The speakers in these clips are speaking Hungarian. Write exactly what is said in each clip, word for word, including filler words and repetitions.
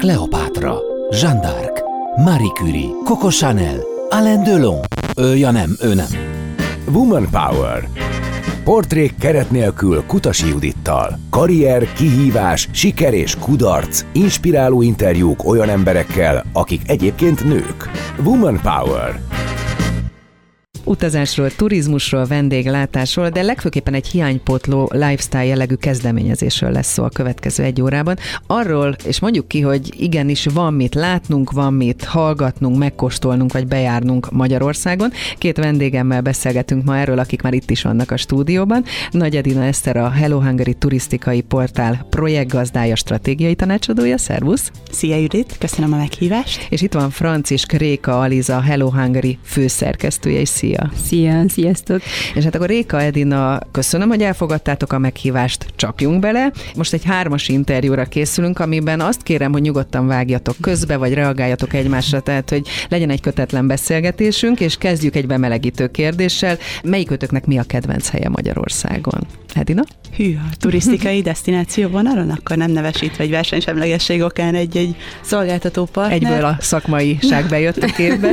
Kleopátra, Jeanne d'Arc, Marie Curie, Coco Chanel, Alain Delon. Ő, ja nem, ő nem. Woman Power. Portrék keret nélkül Kutasi Judittal. Karrier, kihívás, siker és kudarc. Inspiráló interjúk olyan emberekkel, akik egyébként nők. Woman Power. Utazásról, turizmusról, vendéglátásról, de legfőképpen egy hiánypótló lifestyle jellegű kezdeményezésről lesz szó a következő egy órában. Arról, és mondjuk ki, hogy igenis van mit látnunk, van mit hallgatnunk, megkóstolnunk, vagy bejárnunk Magyarországon. Két vendégemmel beszélgetünk ma erről, akik már itt is vannak a stúdióban. Nagy Edina Eszter, a Hello Hungary turisztikai portál projektgazdája, stratégiai tanácsadója. Szervusz! Szia Judit, köszönöm a meghívást! És itt van Francisk Réka Aliza, Hello Hungary főszerkesztője, és szia! Szia, sziasztok! És hát akkor Réka Edina, köszönöm, hogy elfogadtátok a meghívást, csapjunk bele. Most egy hármas interjúra készülünk, amiben azt kérem, hogy nyugodtan vágjatok közbe, vagy reagáljatok egymásra, tehát hogy legyen egy kötetlen beszélgetésünk, és kezdjük egy bemelegítő kérdéssel. Melyikőtöknek mi a kedvenc helye Magyarországon? Edina? Hű, a turisztikai destináció vonalon, akkor nem nevesítve egy versenysemlegesség okán egy-egy szolgáltató partner. Egyből a szakmaiság bejött a képbe.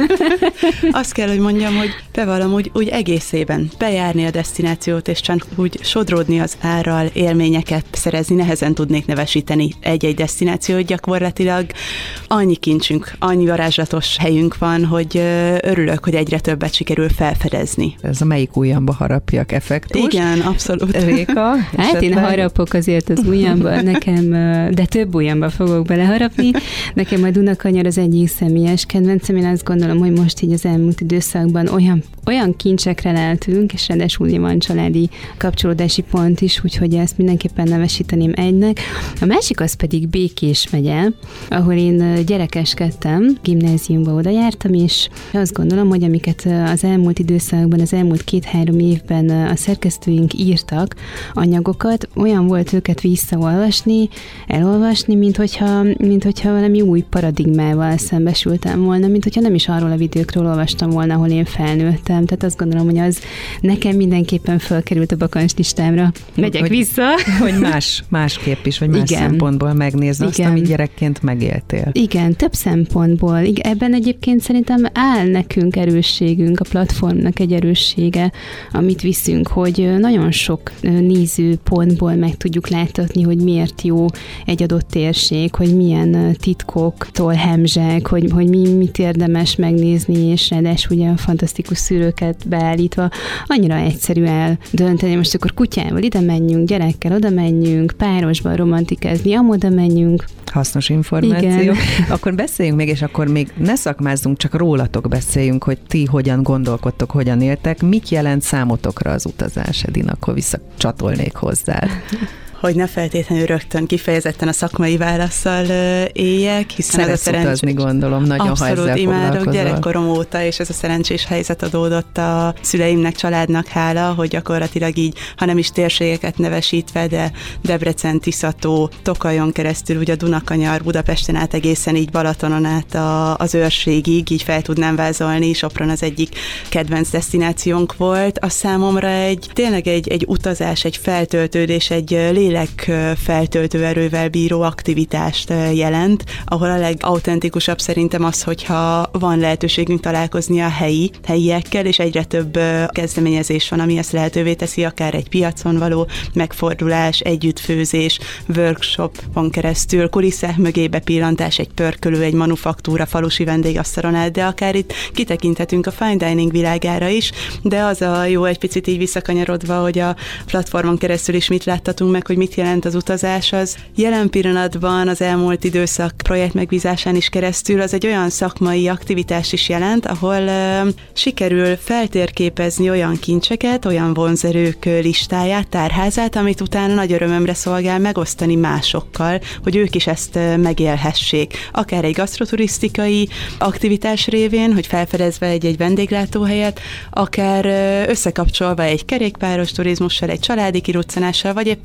Azt kell, hogy mondjam, hogy bevallom, úgy, úgy egészében bejárni a destinációt, és csak úgy sodródni az árral, élményeket szerezni, nehezen tudnék nevesíteni egy-egy destinációt. Gyakorlatilag annyi kincsünk, annyi varázslatos helyünk van, hogy örülök, hogy egyre többet sikerül felfedezni. Ez a melyik ujjamba harapjak effektus. Igen, abszolút. Réka? Hát én harapok azért az ujjamba, nekem, de több ujjamba fogok beleharapni. Nekem a Dunakanyar az egyik személyes kedvencem. Én azt gondolom, hogy most így az elmúlt időszakban olyan, olyan kincsekre leltünk, és ráadásul van családi kapcsolódási pont is, úgyhogy ezt mindenképpen nevesíteném egynek. A másik az pedig Békés megye, ahol én gyerekeskedtem, gimnáziumba oda jártam, és azt gondolom, hogy amiket az elmúlt időszakban, az elmúlt két-három évben a szerkesztőink írtak, anyagokat, olyan volt őket visszaolvasni, elolvasni, mint hogyha, mint hogyha valami új paradigmával szembesültem volna, mint hogyha nem is arról a videókról olvastam volna, ahol én felnőttem. Tehát azt gondolom, hogy az nekem mindenképpen felkerült a bakancslistámra. Megyek hogy, vissza. Hogy más, másképp is, vagy más Igen. szempontból megnézni azt, Igen. amit gyerekként megéltél. Igen, több szempontból. Ebben egyébként szerintem áll nekünk erősségünk, a platformnak egy erőssége, amit viszünk, hogy nagyon sok nézőpontból meg tudjuk láttatni, hogy miért jó egy adott térség, hogy milyen titkoktól hemzseg, hogy, hogy mi, mit érdemes megnézni, és ráadásul ugye a fantasztikus szűrőket beállítva annyira egyszerű eldönteni, most akkor kutyával ide menjünk, gyerekkel oda menjünk, párosban romantikázni, amoda menjünk. Hasznos információ. Igen. Akkor beszéljünk még, és akkor még ne szakmázzunk, csak rólatok beszéljünk, hogy ti hogyan gondolkodtok, hogyan éltek. Mit jelent számotokra az utazás, Edina? Akkor visszacsatolnék hozzá. Hogy ne feltétlenül rögtön kifejezetten a szakmai válasszal éljek, hiszen Szeretsz ez a szerencsés... utazni, gondolom, nagyon, Abszolút, ha ezzel imádok gyerekkorom óta, és ez a szerencsés helyzet adódott a szüleimnek, családnak hála, hogy gyakorlatilag így, ha nem is térségeket nevesítve, de Debrecen, Tiszató, Tokajon keresztül, ugye a Dunakanyar, Budapesten át egészen így Balatonon át a, az őrségig, így fel tudnám vázolni, Sopron az egyik kedvenc destinációnk volt. A számomra egy, tényleg egy, egy utazás, egy feltöltődés, egy lélekfeltöltő erővel bíró aktivitást jelent, ahol a legautentikusabb szerintem az, hogyha van lehetőségünk találkozni a helyi, helyiekkel, és egyre több kezdeményezés van, ami ezt lehetővé teszi, akár egy piacon való megfordulás, együttfőzés, workshopon keresztül, kulisszák mögé bepillantás, egy pörkölő, egy manufaktúra, falusi vendégasztalon át, de akár itt kitekinthetünk a fine dining világára is, de az a jó egy picit így visszakanyarodva, hogy a platformon keresztül is mit láttatunk meg, hogy mit jelent az utazás, az jelen pillanatban az elmúlt időszak projekt megbízásán is keresztül az egy olyan szakmai aktivitást is jelent, ahol uh, sikerül feltérképezni olyan kincseket, olyan vonzerők listáját, tárházát, amit utána nagy örömömre szolgál megosztani másokkal, hogy ők is ezt uh, megélhessék. Akár egy gasztroturisztikai aktivitás révén, hogy felfedezve egy-egy vendéglátóhelyet, akár uh, összekapcsolva egy kerékpáros turizmussal, egy családi kiruccanással, vagy éppen a, ami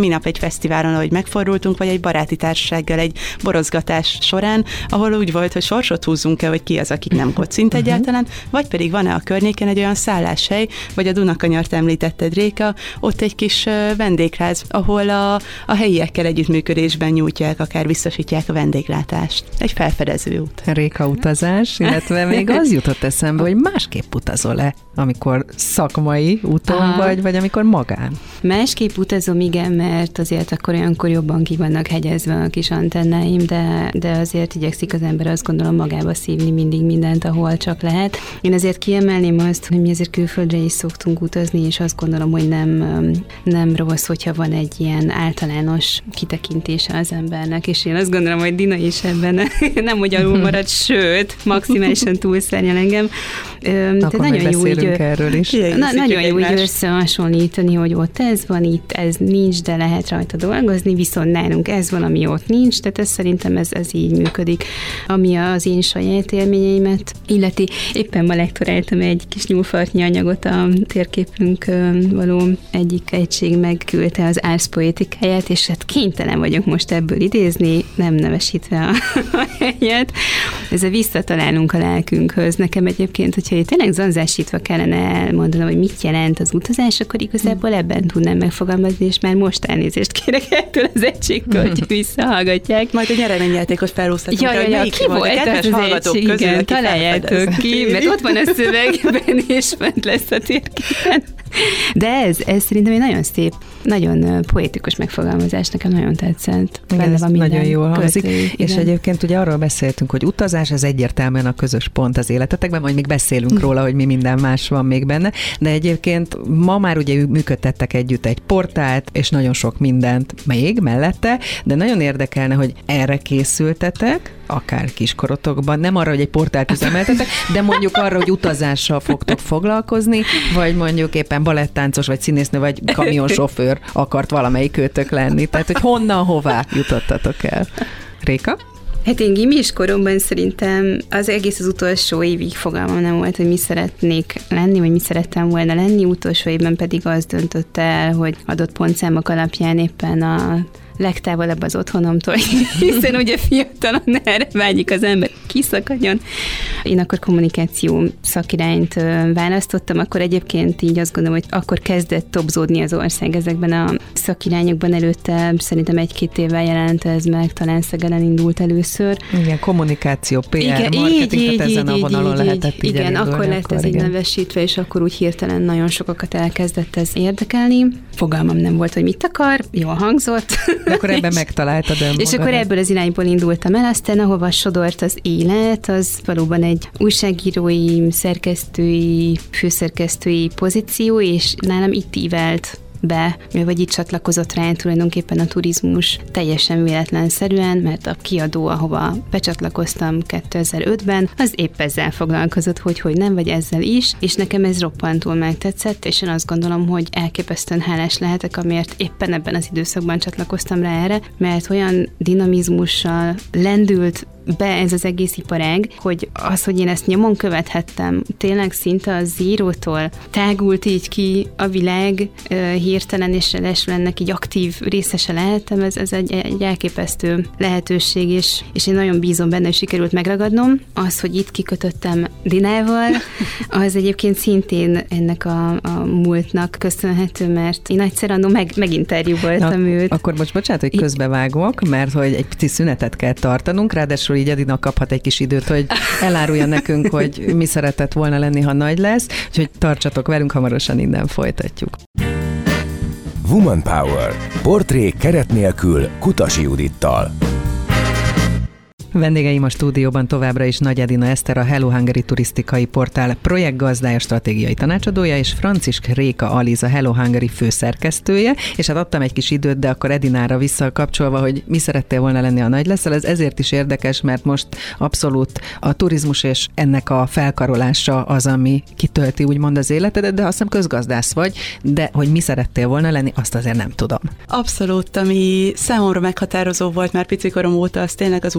minap egy fesztiválon, ahogy megfordultunk, vagy egy baráti társasággal egy borozgatás során, ahol úgy volt, hogy sorsot húzzunk-e, hogy ki az, akik nem kocint uh-huh. egyáltalán, vagy pedig van-e a környéken egy olyan szálláshely, vagy a Dunakanyart említetted, Réka, ott egy kis vendégház, ahol a, a helyiekkel együttműködésben nyújtják, akár biztosítják a vendéglátást. Egy felfedező út. Réka utazás, illetve még az jutott eszembe, hogy másképp utazol-e, amikor szakmai úton Aha. vagy, vagy amikor magán? Másképp utazom, igen, mert azért akkor olyankor jobban ki vannak hegyezve a kis antennáim, de, de azért igyekszik az ember, azt gondolom, magába szívni mindig mindent, ahol csak lehet. Én azért kiemelném azt, hogy mi azért külföldre is szoktunk utazni, és azt gondolom, hogy nem, nem rossz, hogyha van egy ilyen általános kitekintése az embernek, és én azt gondolom, hogy Dina is ebben nem, hogy alul marad, sőt, maximálisan túlszárnyal engem. Akkor nagyon jó így, erről is. Na, nagyon jó úgy összehasonlítani, hogy ott ez van, itt ez nincs, de lehet rajta dolgozni, viszont nálunk ez van, ami ott nincs, tehát ez szerintem ez, ez így működik. Ami az én saját élményeimet illeti, éppen ma lektoráltam egy kis nyúlfartnyi anyagot, a térképünk való egyik egység megküldte az Ars poétikáját, és hát kénytelen vagyok most ebből idézni, nem nevesítve a, a helyet. Ez a visszatalálunk a lelkünkhöz. Nekem egyébként, hogyha tényleg zanzásítva kellene elmondanom, hogy mit jelent az utazás, akkor igazából ebben tudnám megfogalmazni, és már most elnézést kérek ettől az egységtől, hogy visszahallgatják. Majd a nyereményjátékot felhúztatunk. Ja, ja, ja, ki volt az az egység? Igen, találjátok ki, mert ott van a szövegben, és ment lesz a térképen. De ez, ez szerintem egy nagyon szép, nagyon poétikus megfogalmazás, nekem nagyon tetszett. Igen, ez nagyon jól hangzik. Költői, és igen. Egyébként ugye arról beszéltünk, hogy utazás, ez egyértelműen a közös pont az életetekben, majd még beszélünk róla, hogy mi minden más van még benne, de egyébként ma már ugye működtettek együtt egy portált, és nagyon sok mindent még mellette, de nagyon érdekelne, hogy erre készültetek, akár kiskorotokban, nem arra, hogy egy portált üzemeltetek, de mondjuk arra, hogy utazással fogtok foglalkozni, vagy mondjuk éppen balettáncos, vagy színésznő, vagy kamionsofőr akart valamelyik őtök lenni. Tehát, hogy honnan, hová jutottatok el? Réka? Hát én gimis koromban szerintem az egész az utolsó évig fogalmam nem volt, hogy mi szeretnék lenni, vagy mi szerettem volna lenni. Utolsó évben pedig az döntött el, hogy adott pontszámok alapján éppen a legtávolabb az otthonomtól, hiszen ugye fiatalon erre vágyik az ember, kiszakadjon. Én akkor kommunikáció szakirányt választottam, akkor egyébként így azt gondolom, hogy akkor kezdett topzódni az ország ezekben a szakirányokban. Előtte szerintem egy-két évvel jelent ez meg, talán Szegeden indult először. Igen, kommunikáció, pé er, igen, marketing, így, tehát így, ezen így, a vonalon így, lehetett így igen, elindulni, akkor lett ez így nevesítve, és akkor úgy hirtelen nagyon sokakat elkezdett ez érdekelni. Fogalmam nem volt, hogy mit akar, jól hangzott. De akkor ebben megtaláltad el És akkor ebből az irányból indultam el, aztán ahova sodort az élet, az valóban egy újságírói, szerkesztői, főszerkesztői pozíció, és nálam itt ívelt be, vagy itt csatlakozott rá tulajdonképpen a turizmus teljesen véletlenszerűen, mert a kiadó, ahova becsatlakoztam kétezer-ötben, az épp ezzel foglalkozott, hogy hogy nem, vagy ezzel is, és nekem ez roppantul megtetszett, és én azt gondolom, hogy elképesztően hálás lehetek, amiért éppen ebben az időszakban csatlakoztam rá erre, mert olyan dinamizmussal lendült be ez az egész iparág, hogy az, hogy én ezt nyomon követhettem, tényleg szinte a zérótól tágult így ki a világ hirtelen, és ráadásul ennek így aktív részese lehettem, ez, ez egy, egy elképesztő lehetőség, és, és én nagyon bízom benne, hogy sikerült megragadnom. Az, hogy itt kikötöttem Dinával, az egyébként szintén ennek a, a múltnak köszönhető, mert én egyszer annól meg, meginterjúvoltam Na, őt. Akkor most bocsánat, hogy közbevágok, mert hogy egy pici szünetet kell tartanunk, ráadásul így Edina kaphat egy kis időt, hogy elárulja nekünk, hogy mi szeretett volna lenni, ha nagy lesz, úgyhogy tartsatok velünk, hamarosan innen folytatjuk. Woman Power. Portré keret nélkül Kutasi Judittal. Vendégeim a stúdióban továbbra is Nagy Edina Eszter, a Hello Hungary turisztikai portál projektgazdája, stratégiai tanácsadója, és Francisk Réka Aliza, Hello Hungary főszerkesztője, és hát adtam egy kis időt, de akkor Edinára visszakapcsolva, hogy mi szerettél volna lenni, a nagy leszel, ez ezért is érdekes, mert most abszolút a turizmus és ennek a felkarolása az, ami kitölti úgymond az életedet, de azt hiszem közgazdász vagy, de hogy mi szerettél volna lenni, azt azért nem tudom. Abszolút, ami számomra meghatározó volt már picikorom óta, az tényleg az utazás.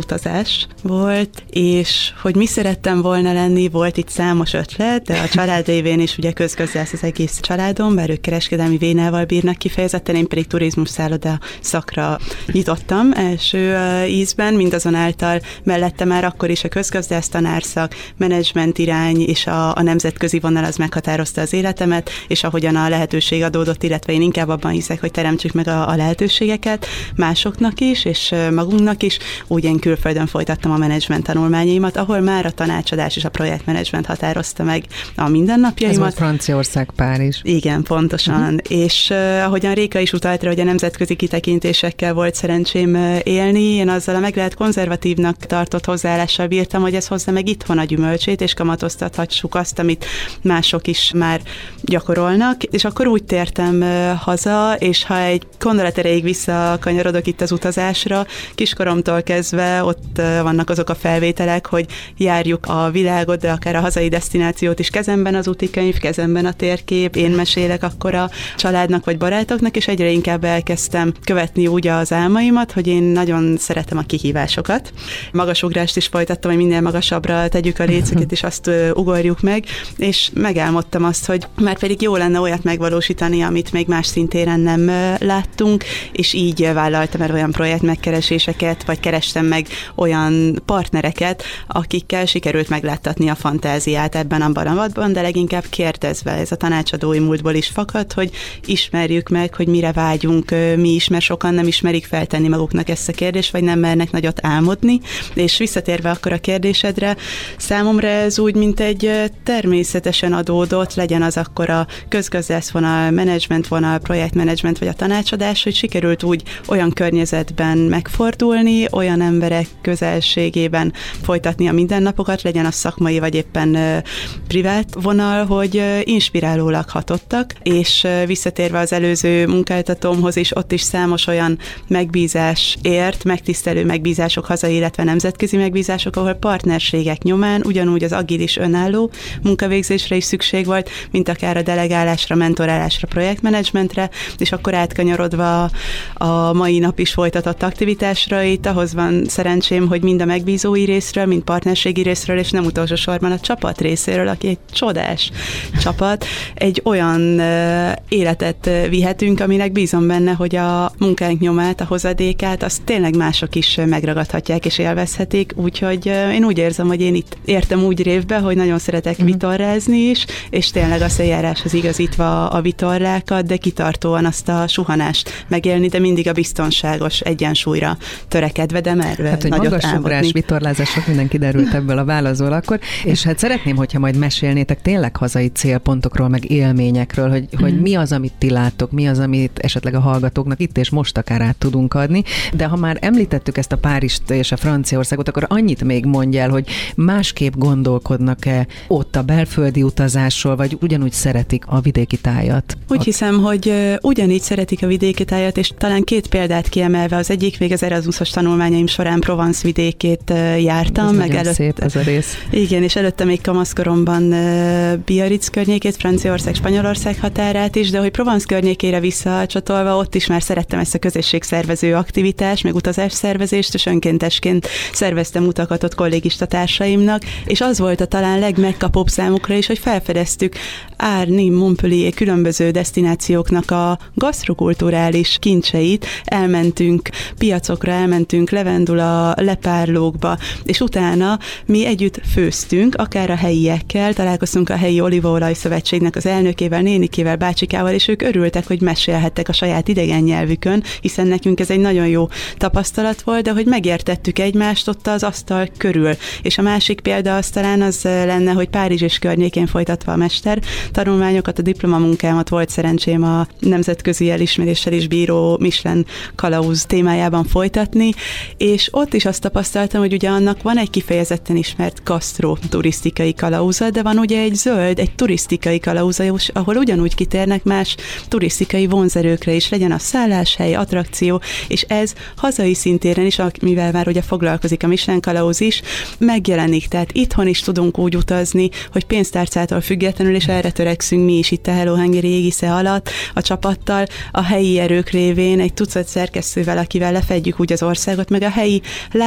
utazás volt, és hogy mi szerettem volna lenni, volt itt számos ötlet, de a család révén is ugye közgazdász az egész családom, bár ők kereskedelmi vénával bírnak kifejezetten, én pedig turizmus szálloda szakra nyitottam első ízben, mindazonáltal mellette már akkor is a közgazdász tanárszak, menedzsment irány és a, a nemzetközi vonal az meghatározta az életemet, és ahogyan a lehetőség adódott, illetve én inkább abban hiszek, hogy teremtsük meg a, a lehetőségeket másoknak is, és magunknak is, úgy én külföldön folytattam a menedzsment tanulmányaimat, ahol már a tanácsadás és a projektmenedzsment határozta meg a mindennapjaimat. Ez volt Franciaország, Párizs. Igen, pontosan. Uh-huh. És uh, ahogyan Réka is utalt rá, hogy a nemzetközi kitekintésekkel volt szerencsém uh, élni, én azzal a meg lehet konzervatívnak tartott hozzáállással bírtam, hogy ez hozza meg itthon a gyümölcsét, és kamatoztathassuk azt, amit mások is már gyakorolnak, és akkor úgy tértem uh, haza, és ha egy gondolat erejéig visszakanyarodok itt az utazásra, kiskoromtól kezdve ott uh, vannak azok a felvételek, hogy járjuk a világot, de akár a hazai desztinációt is, kezemben az útikönyv, kezemben a térkép, én mesélek akkor a családnak vagy barátoknak, és egyre inkább elkezdtem követni úgy az álmaimat, hogy én nagyon szeretem a kihívásokat. Magasugrást is folytattam, hogy minél magasabbra tegyük a léceket, és azt uh, ugorjuk meg, és megálmodtam azt, hogy már pedig jó lenne olyat megvalósítani, amit még más szintéren nem uh, láttunk, és így uh, vállaltam el olyan projekt megkereséseket, vagy kerestem meg olyan partnereket, akikkel sikerült megláttatni a fantáziát ebben a baramatban, de leginkább kérdezve, ez a tanácsadói múltból is fakad, hogy ismerjük meg, hogy mire vágyunk mi is, mert sokan nem ismerik feltenni maguknak ezt a kérdést, vagy nem mernek nagyot álmodni, és visszatérve akkor a kérdésedre, számomra ez úgy, mint egy természetesen adódott, legyen az akkor a közgazdász vonal, menedzsment vonal, projektmenedzsment, vagy a tanácsadás, hogy sikerült úgy olyan környezetben megfordulni, olyan emberek közelségében folytatni a mindennapokat, legyen az szakmai, vagy éppen uh, privát vonal, hogy uh, inspirálólag hatottak, és uh, visszatérve az előző munkáltatómhoz is, ott is számos olyan megbízás ért, megtisztelő megbízások, hazai, illetve nemzetközi megbízások, ahol partnerségek nyomán ugyanúgy az agilis önálló munkavégzésre is szükség volt, mint akár a delegálásra, mentorálásra, projektmenedzsmentre, és akkor átkanyarodva a mai nap is folytatott aktivitásra, itt ahhoz van szerencsém, hogy mind a megbízói részről, mind partnerségi részről, és nem utolsó sorban a csapat részéről, aki egy csodás csapat, egy olyan uh, életet vihetünk, aminek bízom benne, hogy a munkánk nyomát, a hozadékát, azt tényleg mások is megragadhatják és élvezhetik, úgyhogy uh, én úgy érzem, hogy én itt értem úgy révbe, hogy nagyon szeretek mm. vitorlázni is, és tényleg az eljáráshoz igazítva a vitorlákat, de kitartóan azt a suhanást megélni, de mindig a biztonságos egyensúlyra törekedve, de merve hát, hogy nagyot magasugrás, vitorlázás, sok minden kiderült ebből a válaszból akkor, és hát szeretném, hogyha majd mesélnétek tényleg hazai célpontokról, meg élményekről, hogy, mm. hogy mi az, amit ti láttok, mi az, amit esetleg a hallgatóknak itt és most akár át tudunk adni, de ha már említettük ezt a Párizst és a Franciaországot, akkor annyit még mondj el, hogy másképp gondolkodnak-e ott a belföldi utazásról, vagy ugyanúgy szeretik a vidéki tájat? Úgy hiszem, hogy ugyanígy szeretik a vidéki tájat, és talán két példát kiemelve, az egyik még az Erasmusos tanulmányaim során Provence vidékét jártam. Ez meg nagyon előtt, szép ez a rész. Igen, és előtte még kamaszkoromban Biarritz környékét, Franciaország, Spanyolország határát is, de hogy Provence környékére visszacsatolva, ott is már szerettem ezt a közösségszervező aktivitást, meg utazásszervezést, és önkéntesként szerveztem utakat ott kollégista társaimnak, és az volt a talán legmegkapóbb számukra is, hogy felfedeztük Árni, Montpellier különböző desztinációknak a gasztrokulturális kincseit, elmentünk piacokra, elmentünk Levendula lepárlókba, és utána mi együtt főztünk, akár a helyiekkel, találkoztunk a helyi Olívaolaj Szövetségnek az elnökével, nénikével, bácsikával, és ők örültek, hogy mesélhettek a saját idegen nyelvükön, hiszen nekünk ez egy nagyon jó tapasztalat volt, de hogy megértettük egymást ott az asztal körül. És a másik példa az talán az lenne, hogy Párizs és környékén folytatva a mester tanulmányokat, a diplomamunkámat volt szerencsém a nemzetközi elismeréssel is bíró Michelin kalauz témájában folytatni, és ott is azt tapasztaltam, hogy ugye annak van egy kifejezetten ismert gasztro turisztikai kalauza, de van ugye egy zöld, egy turisztikai kalauza, ahol ugyanúgy kitérnek más turisztikai vonzerőkre is, legyen a szálláshely, attrakció, és ez hazai szintéren is, mivel már ugye foglalkozik a Michelin kalauz is, megjelenik. Tehát itthon is tudunk úgy utazni, hogy pénztárcától függetlenül, és erre törekszünk mi is itt a Hello Hungary égisze alatt, a csapattal, a helyi erők révén, egy tucat szerkesztővel, akivel lefedjük úgy az országot, meg a helyi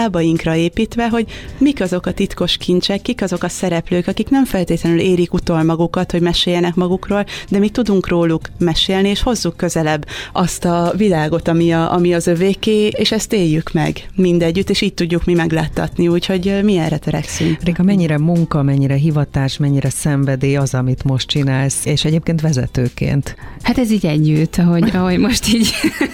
lábainkra építve, hogy mik azok a titkos kincsek, kik azok a szereplők, akik nem feltétlenül érik utol magukat, hogy meséljenek magukról, de mi tudunk róluk mesélni, és hozzuk közelebb azt a világot, ami, a, ami az övéké, és ezt éljük meg mindegyütt, és így tudjuk mi megláttatni, úgyhogy mi erre törekszünk. Réka, mennyire munka, mennyire hivatás, mennyire szenvedély az, amit most csinálsz, és egyébként vezetőként? Hát ez így együtt, ahogy, ahogy most így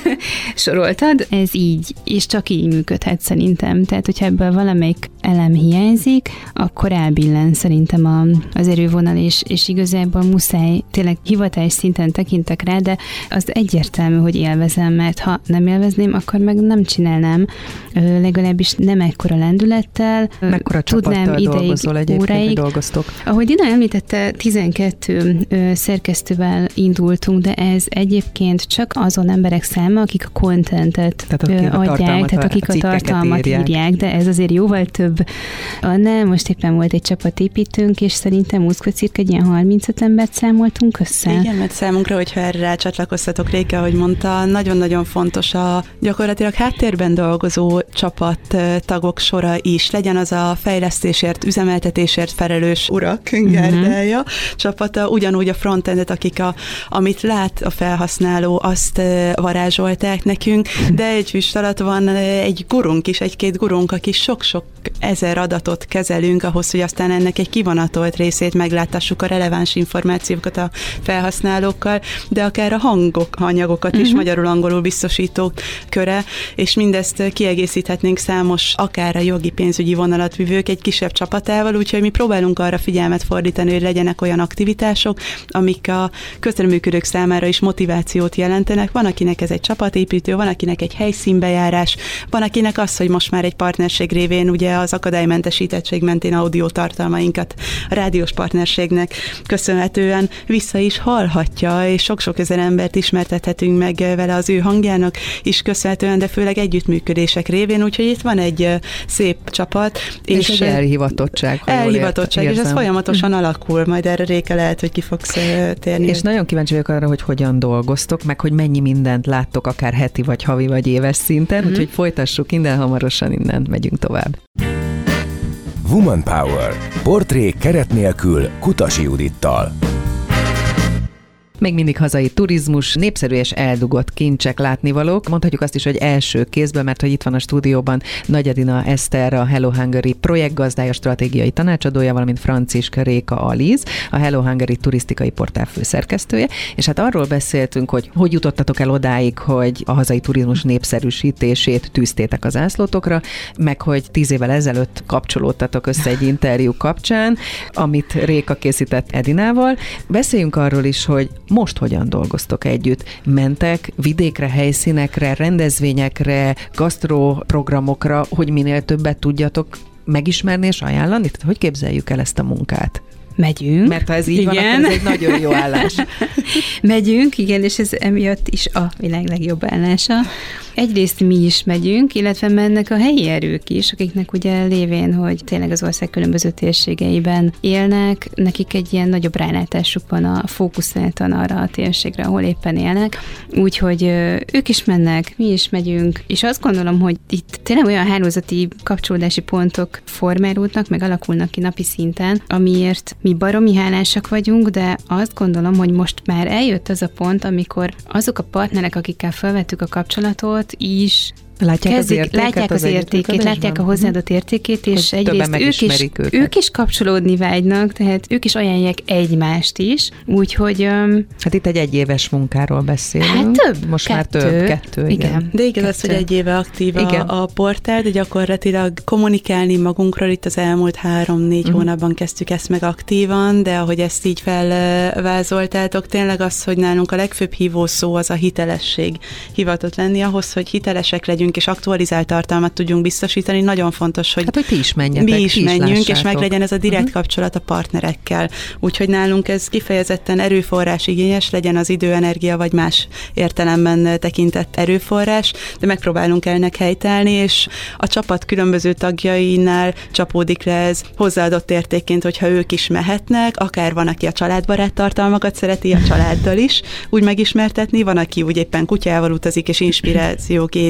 soroltad, ez így, és csak így működhet szerintem. Tehát, hogyha ebből valamelyik elem hiányzik, akkor elbillen szerintem a, az erővonal, és, és igazából muszáj, tényleg hivatás szinten tekintek rá, de az egyértelmű, hogy élvezem, mert ha nem élvezném, akkor meg nem csinálnám, legalábbis nem ekkora lendülettel. Mekkora csapattal dolgozol egyébként, óráig. hogy dolgoztok? Ahogy Dina említette, tizenkettő szerkesztővel indultunk, de ez egyébként csak azon emberek száma, akik a contentet tehát akik adják, a tehát akik a, a tartalmat írják. írják, de ez azért jóval több annál. Most éppen volt egy csapatépítőnk, és szerintem Muszkva cirka egy ilyen harmincöt embert számoltunk össze. Igen, mert számunkra, hogyha erre rácsatlakoztatok, Réka, ahogy mondta, nagyon-nagyon fontos a gyakorlatilag háttérben dolgozó csapattagok sora is. Legyen az a fejlesztésért, üzemeltetésért felelős urak, gárdája, uh-huh. csapata, ugyanúgy a frontendet, akik a, amit lát a felhasználó, azt varázsolták nekünk, de egy füst alatt van egy gurunk is, egy-két gurunk, aki sok-sok ezer adatot kezelünk ahhoz, hogy aztán ennek egy kivonatolt részét meglátassuk, a releváns információkat a felhasználókkal, de akár a hangok, anyagokat is uh-huh. magyarul-angolul biztosítók köre, és mindezt kiegészíthetnénk számos, akár a jogi pénzügyi vonalatvivők egy kisebb csapatával, úgyhogy mi próbálunk arra figyelmet fordítani, hogy legyenek olyan aktivitások, amik a közreműködők számára is motivációt jelentenek. Van, akinek ez egy csapatépítő, van, akinek egy helyszínbejárás, van, akinek az, hogy most már egy partnerség révén ugye az akadálymentesítettség mentén audio tartalmainkat a rádiós partnerségnek köszönhetően vissza is hallhatja, és sok-sok ezer embert ismertethetünk meg vele az ő hangjának is köszönhetően, de főleg együttműködések révén, úgyhogy itt van egy szép csapat. És, és egy elhivatottság. Elhivatottság, ért, és ez folyamatosan alakul, majd erre Réka lehet, hogy ki fogsz térni. És nagyon kíváncsi vagyok arra, hogy hogyan dolgoztok, meg hogy mennyi mindent láttok, akár heti, vagy havi, vagy éves szinten, mm-hmm. úgyhogy folytassuk innen, hamarosan innen megyünk tovább. Woman Power. Portrék keret nélkül Kutasi Judittal. Még mindig hazai turizmus, népszerű és eldugott kincsek látnivalók. Mondhatjuk azt is, hogy első kézből, mert hogy itt van a stúdióban Nagy Edina Eszter, a Hello Hungary projektgazdája, stratégiai tanácsadója, valamint Franciska Réka Alíz, a Hello Hungary turisztikai portál főszerkesztője. És hát arról beszéltünk, hogy hogy jutottatok el odáig, hogy a hazai turizmus népszerűsítését tűztétek az ászlótokra, meg hogy tíz évvel ezelőtt kapcsolódtatok össze egy interjú kapcsán, amit Réka készített Edinával. Beszéljünk arról is, hogy most hogyan dolgoztok együtt? Mentek vidékre, helyszínekre, rendezvényekre, gasztroprogramokra, hogy minél többet tudjatok megismerni és ajánlani? Tehát hogy képzeljük el ezt a munkát? Megyünk. Mert ha ez így igen. van, akkor ez egy nagyon jó állás. Megyünk, igen, és ez emiatt is a világ legjobb állása. Egyrészt mi is megyünk, illetve mennek a helyi erők is, akiknek ugye lévén, hogy tényleg az ország különböző térségeiben élnek, nekik egy ilyen nagyobb rálátásuk van a fókuszáltan arra a térségre, ahol éppen élnek. Úgyhogy ők is mennek, mi is megyünk, és azt gondolom, hogy itt tényleg olyan hálózati kapcsolódási pontok formálódnak, meg alakulnak ki napi szinten, amiért mi baromi hálásak vagyunk, de azt gondolom, hogy most már eljött az a pont, amikor azok a partnerek, akikkel felvettük a kapcsolatot, is Látják kezdik, az értéket, látják az, az értékét, látják a hozzáadott értékét, és hogy egyrészt ők is, ők is kapcsolódni vágynak, tehát ők is ajánlják egymást is, úgyhogy... Um, hát itt egy egyéves munkáról beszélünk. Hát több. Most kettő. már több, kettő, igen. igen. De igaz az, hogy egy éve aktív a, a portál, de gyakorlatilag kommunikálni magunkról itt az elmúlt három-négy uh-huh. hónapban kezdtük ezt meg aktívan, de ahogy ezt így felvázoltátok, tényleg az, hogy nálunk a legfőbb hívószó az a hitelesség hivatott lenni ahhoz, hogy hitelesek legyünk, és aktualizált tartalmat tudjunk biztosítani. Nagyon fontos, hogy, hát, hogy ti is menjetek, mi is menjünk, lássátok. És meg legyen ez a direkt uh-huh. kapcsolat a partnerekkel. Úgyhogy nálunk ez kifejezetten erőforrás igényes, legyen az idő, energia, vagy más értelemben tekintett erőforrás, de megpróbálunk ennek helytállni, és a csapat különböző tagjainál csapódik le ez hozzáadott értékként, hogyha ők is mehetnek, akár van, aki a családbarát tartalmakat szereti, a családdal is úgy megismertetni, van, aki úgy éppen kutyával utazik, és inspirációk érik, és azt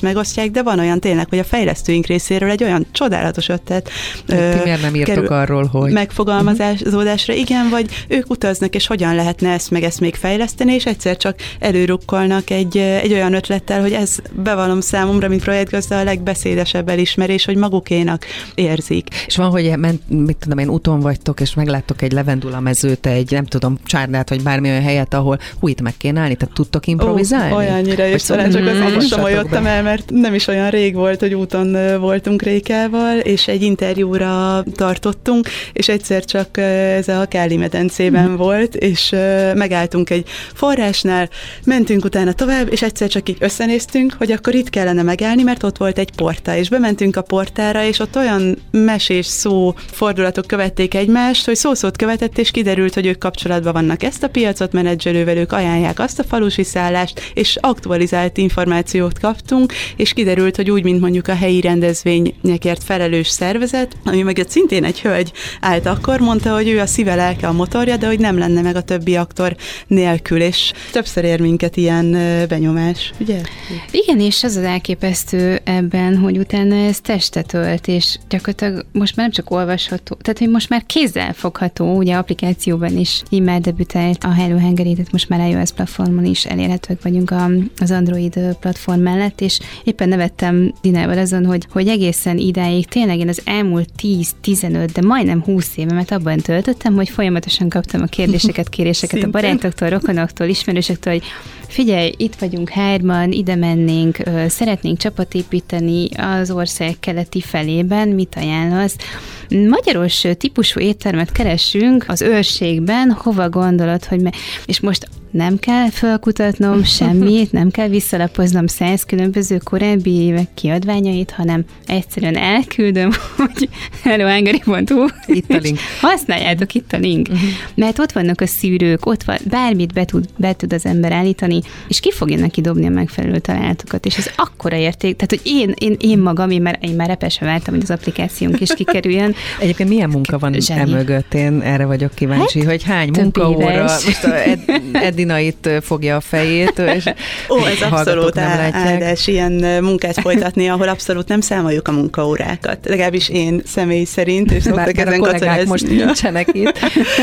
azt megosztják, de van olyan tényleg, hogy a fejlesztőink részéről egy olyan csodálatos ötlet Ti miért nem írtok arról, hogy... megfogalmazódásra, igen, vagy ők utaznak, és hogyan lehetne ezt meg ezt még fejleszteni, és egyszer csak előrukkolnak egy, egy olyan ötlettel, hogy ez bevallom számomra, mint projektgazda a legbeszédesebb elismerés, hogy magukénak érzik. És van, hogy ment, mit tudom én, úton vagytok, és megláttok egy levendula mezőt, egy nem tudom, csárdát, vagy bármilyen helyet, ahol hú, itt meg kéne állni, tehát tudtok improvizálni? Ó, olyannyira, és talán csak azért most somolyodtam el, mert nem is olyan rég volt, hogy úton voltunk Rékával, és egy interjúra tartottunk, és egyszer csak ez a Káli medencében mm. volt, és megálltunk egy forrásnál, mentünk utána tovább, és egyszer csak így összenéztünk, hogy akkor itt kellene megállni, mert ott volt egy portá, és bementünk a portára, és ott olyan mesés szó fordulatok követték egymást, hogy szószót követett, és kiderült, hogy ők kapcsolatban vannak, ezt a piacot menedzselővel, ők ajánlják azt a falusi szállást, és aktualizált információt kaptunk, és kiderült, hogy úgy, mint mondjuk a helyi rendezvényekért felelős szervezet, ami meg szintén egy hölgy állt akkor, mondta, hogy ő a szíve lelke a motorja, de hogy nem lenne meg a többi aktor nélkül, és többször ér minket ilyen benyomás, ugye? Igen, és az az elképesztő ebben, hogy utána ez testet ölt, és gyakorlatilag most már nem csak olvasható, tehát hogy most már kézzel fogható, ugye applikációban is így már debütált a Hello Hungary, tehát most már iOS platformon is elérhetők vagyunk a, az Android platform mellett, és éppen nevettem Dinával azon, hogy, hogy egészen idáig tényleg én az elmúlt tíz-tizenöt, de majdnem húsz évemet abban töltöttem, hogy folyamatosan kaptam a kérdéseket, kéréseket a barátoktól, rokonoktól, ismerősektől, hogy figyelj, itt vagyunk hárman, ide mennénk, szeretnénk csapatépíteni az ország keleti felében, mit ajánlasz? Magyaros típusú éttermet keresünk az őrségben, hova gondolod, hogy me- és most nem kell felkutatnom semmit, nem kell visszalapoznom száz különböző korábbi évek kiadványait, hanem egyszerűen elküldöm, hogy hello hungary pont hu, itt a link. Használjátok, itt a link. Uh-huh. Mert ott vannak a szűrők, ott van, bármit be tud, be tud az ember állítani, és ki fogja neki dobni a megfelelő találatokat, és ez akkora érték, tehát hogy én, én, én magam, én már, én már repesve vártam, hogy az applikációnk is kikerüljön. Egyébként milyen munka van emögött? Én erre vagyok kíváncsi, hát, hogy hány munkaóra, most a Ed, Edina itt fogja a fejét, és ó, ez abszolút áldás ilyen munkát folytatni, ahol abszolút nem számoljuk a munkaórákat. Legalábbis én személy szerint, és szoktak ezen kollégák kacsalázni. Most nincsenek itt.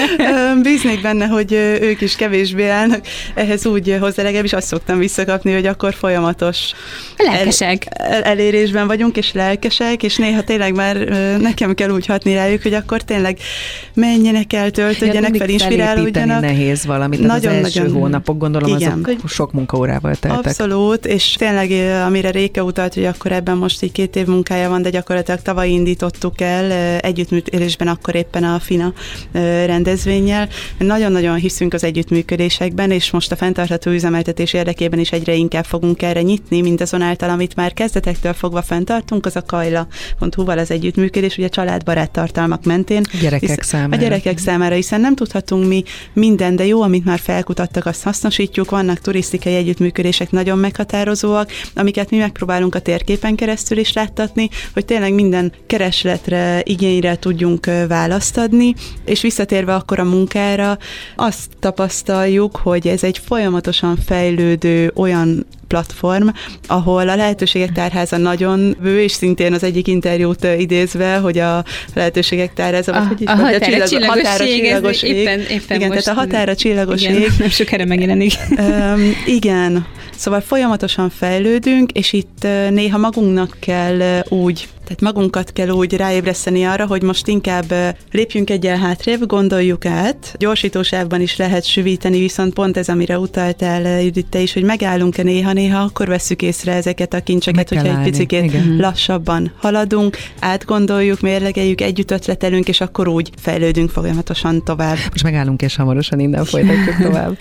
Bíznék benne, hogy ők is kevésbé állnak. Ehhez úgy hozzá, legalábbis azt szoktam visszakapni, hogy akkor folyamatos lelkesek. El, elérésben vagyunk, és lelkesek, és néha tényleg már nekem kell úgy hatni rájuk, hogy akkor tényleg menjenek el, töltödjenek fel, inspirálódjanak. Nehéz valamit, nagyon, az első nagyon, hónapok, gondolom, igen, azok sok munkaórával teltek. Abszolút, és tényleg amire Réka utalt, hogy akkor ebben most így két év munkája van, de gyakorlatilag tavaly indítottuk el együttműködésben akkor éppen a FINA rendezvénnyel. Nagyon-nagyon hiszünk az együttműködésekben, és most a fenntartható üzemeltetés érdekében is egyre inkább fogunk erre nyitni, mindazonáltal, amit már kezdetektől fogva fenntartunk, az a kajla pont hu-val az együttműködés, ugye családbarát tartalmak mentén. A gyerekek számára. A gyerekek számára, hiszen nem tudhatunk mi minden, de jó, amit már felkutattak, azt hasznosítjuk, vannak turisztikai együttműködések nagyon meghatározóak, amiket mi megpróbálunk a térképen keresztül is láttatni, hogy tényleg minden keresletre, igényre tudjunk választ adni, és visszatérve akkor a munkára, azt tapasztaljuk, hogy ez egy folyamatosan fejlődő olyan platform, ahol a lehetőségek tárháza nagyon bő, és szintén az egyik interjút idézve, hogy a lehetőségek tárháza, a, hogy a határa csillagoség, csillagos ég. Éppen, éppen igen, most, tehát a határa csillagos igen, ég. Nem sokára megjelenik. Um, igen, szóval folyamatosan fejlődünk, és itt néha magunknak kell úgy, tehát magunkat kell úgy ráébreszteni arra, hogy most inkább lépjünk egyel hátrébb, gondoljuk át. Gyorsítósávban is lehet sűvíteni, viszont pont ez, amire utaltál, Judit, te is, hogy megállunk-e néha-néha, akkor vesszük észre ezeket a kincseket, hogyha egy picikét igen. lassabban haladunk, átgondoljuk, mérlegeljük, együtt ötletelünk, és akkor úgy fejlődünk folyamatosan tovább. Most megállunk, és hamarosan innen folytatjuk tovább.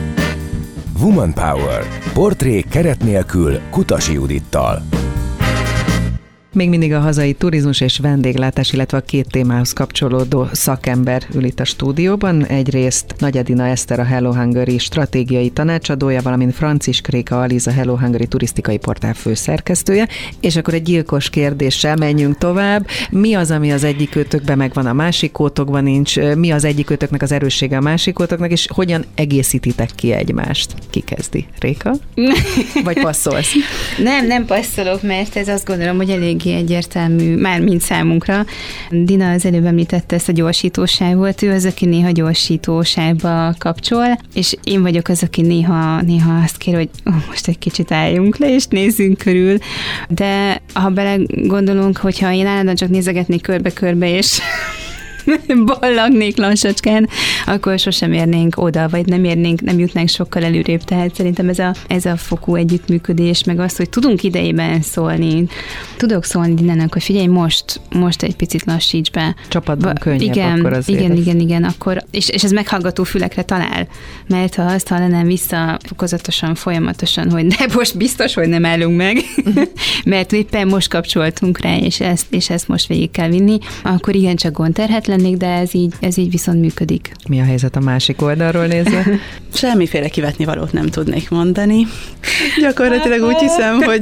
Woman Power. Portré keret nélkül Kutasi Judittal. Még mindig a hazai turizmus és vendéglátás, illetve a két témához kapcsolódó szakember ül itt a stúdióban. Egyrészt Nagy Edina Eszter, a Hello Hungary stratégiai tanácsadója, valamint Francisk Réka Aliz, a Hello Hungary turisztikai portál főszerkesztője. És akkor egy gyilkos kérdéssel menjünk tovább. Mi az, ami az egyikőtökben megvan, a másikótokban nincs? Mi az egyikőtöknek az erőssége a másikótoknak, és hogyan egészítitek ki egymást? Ki kezdi? Réka? Vagy passzolsz? Nem, nem passzolok, mert ez azt gondolom, hogy eléggé egyértelmű, már mind számunkra. Dina az előbb említette ezt a gyorsítósávot, ő az, aki néha gyorsítósávba kapcsol, és én vagyok az, aki néha, néha azt kér, hogy oh, most egy kicsit álljunk le, és nézzünk körül. De ha belegondolunk, hogyha én állandóan csak nézegetnék körbe-körbe, és ballagnék lassacskán, akkor sosem érnénk oda, vagy nem érnénk, nem jutnánk sokkal előrébb. Tehát szerintem ez a, ez a fokú együttműködés, meg az, hogy tudunk idejében szólni. Tudok szólni Dinának, hogy figyelj, most, most egy picit lassíts be. Csapatban könnyebb igen, akkor azért. Igen, igen, igen, akkor, és, és ez meghallgató fülekre talál. Mert ha azt hallanám vissza fokozatosan, folyamatosan, hogy de most biztos, hogy nem állunk meg, mert éppen most kapcsoltunk rá, és ezt, és ezt most végig kell vinni, akkor igencsak gondterhet lennék, de ez így, ez így viszont működik. Mi a helyzet a másik oldalról nézve? Semmiféle kivetni valót nem tudnék mondani. Gyakorlatilag úgy hiszem, hogy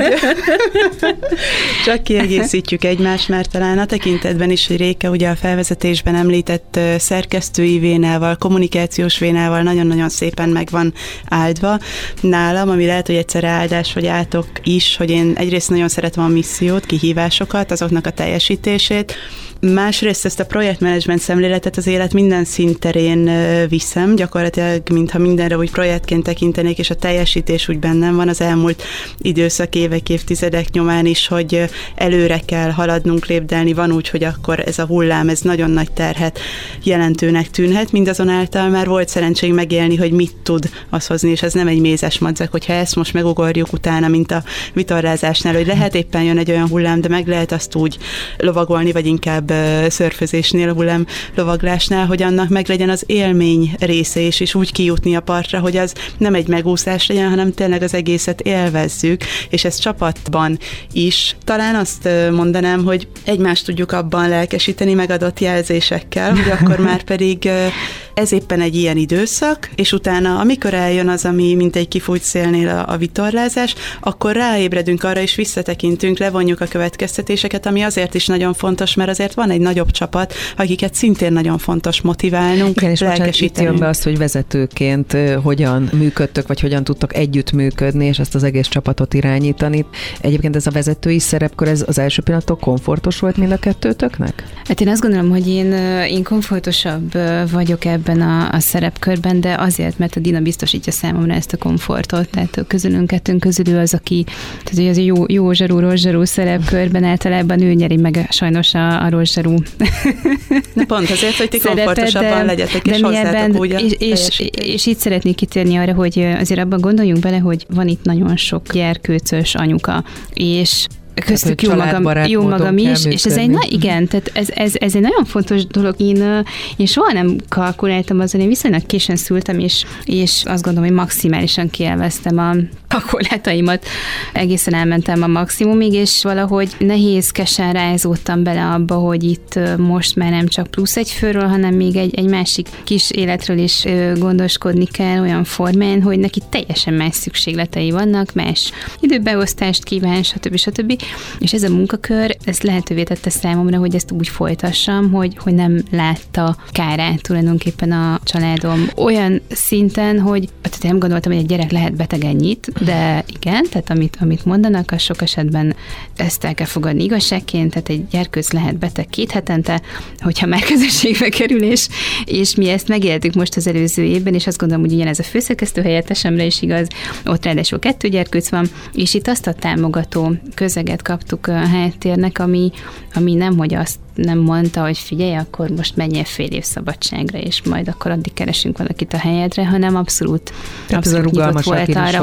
csak kiegészítjük egymást, mert talán a tekintetben is, hogy Réka ugye a felvezetésben említett szerkesztői vénával, kommunikációs vénával nagyon-nagyon szépen meg van áldva. Nálam, ami lehet, hogy egyszerre áldás vagy átok is, hogy én egyrészt nagyon szeretem a missziót, kihívásokat, azoknak a teljesítését, másrészt ezt a projektmenedzsment szemléletet az élet minden szinterén viszem, gyakorlatilag mintha mindenre úgy projektként tekintenék, és a teljesítés úgy bennem van az elmúlt időszak, évek, évtizedek nyomán is, hogy előre kell haladnunk, lépdelni, van úgy, hogy akkor ez a hullám, ez nagyon nagy terhet jelentőnek tűnhet, mindazonáltal már volt szerencség megélni, hogy mit tud az hozni, és ez nem egy mézes madzag, hogyha ezt most megugorjuk utána, mint a vitorlázásnál, hogy lehet éppen jön egy olyan hullám, de meg lehet azt úgy lovagolni, vagy inkább szörfözésnél, a hullám lovaglásnál, hogy annak meg legyen az élmény része is, és úgy kijutni a partra, hogy az nem egy megúszás legyen, hanem tényleg az egészet élvezzük, és ez csapatban is. Talán azt mondanám, hogy egymást tudjuk abban lelkesíteni megadott jelzésekkel, hogy akkor már pedig ez éppen egy ilyen időszak, és utána, amikor eljön az, ami mint egy kifújt szélnél a, a vitorlázás, akkor ráébredünk arra, és visszatekintünk, levonjuk a következtetéseket, ami azért is nagyon fontos, mert azért van egy nagyobb csapat, akiket szintén nagyon fontos motiválnunk, igen, és lelkesítenünk. Itt jön be az, hogy vezetőként hogyan működtök, vagy hogyan tudtok együtt működni, és ezt az egész csapatot irányítani. Egyébként ez a vezetői szerepkör, ez az első pillanattól komfortos volt mind a kettőtöknek? Hát én azt gondolom, hogy én, én komfortosabb vagyok ebben a, a szerepkörben, de azért, mert a Dina biztosítja számomra ezt a komfortot. Tehát közülünk, kettőnk közül az, aki, tehát hogy az a jó, jó zsarú, rossz zsarú szerepkörben általában ő nyeri meg sajnos a, a rossz zsarú. De pont azért, hogy ti komfortosabban legyetek, és hozzátok úgy a és, és, és itt szeretnék kitérni arra, hogy azért abban gondoljunk bele, hogy van itt nagyon sok gyerkőcös anyuka, és köztük tehát, jó magam, jó magam is, és ez egy, na igen, tehát ez, ez, ez egy nagyon fontos dolog. Én, én soha nem kalkuláltam azon, én viszonylag későn szültem, és, és azt gondolom, hogy maximálisan kielveztem a a korlátaimat, egészen elmentem a maximumig, és valahogy nehézkesen rázódtam bele abba, hogy itt most már nem csak plusz egy főről, hanem még egy, egy másik kis életről is gondoskodni kell olyan formán, hogy neki teljesen más szükségletei vannak, más időbeosztást kíván, stb. stb. És ez a munkakör, ez lehetővé tette számomra, hogy ezt úgy folytassam, hogy, hogy nem látta kárát tulajdonképpen a családom olyan szinten, hogy tehát nem gondoltam, hogy egy gyerek lehet beteg ennyit, de igen, tehát amit, amit mondanak, az sok esetben ezt el kell fogadni igazságként, tehát egy gyerkőc lehet beteg két hetente, hogyha már közösségbe kerül, és, és mi ezt megéltük most az előző évben, és azt gondolom, hogy ugyanez a főszerkesztő helyettesemre is igaz, ott ráadásul kettő gyerkőc van, és itt azt a támogató közeget kaptuk a háttérnek, ami, ami nem, hogy azt nem mondta, hogy figyelj, akkor most menjél fél év szabadságra, és majd akkor addig keresünk valakit a helyedre, hanem abszolút, abszolút nyitott volt arra, hogy akkor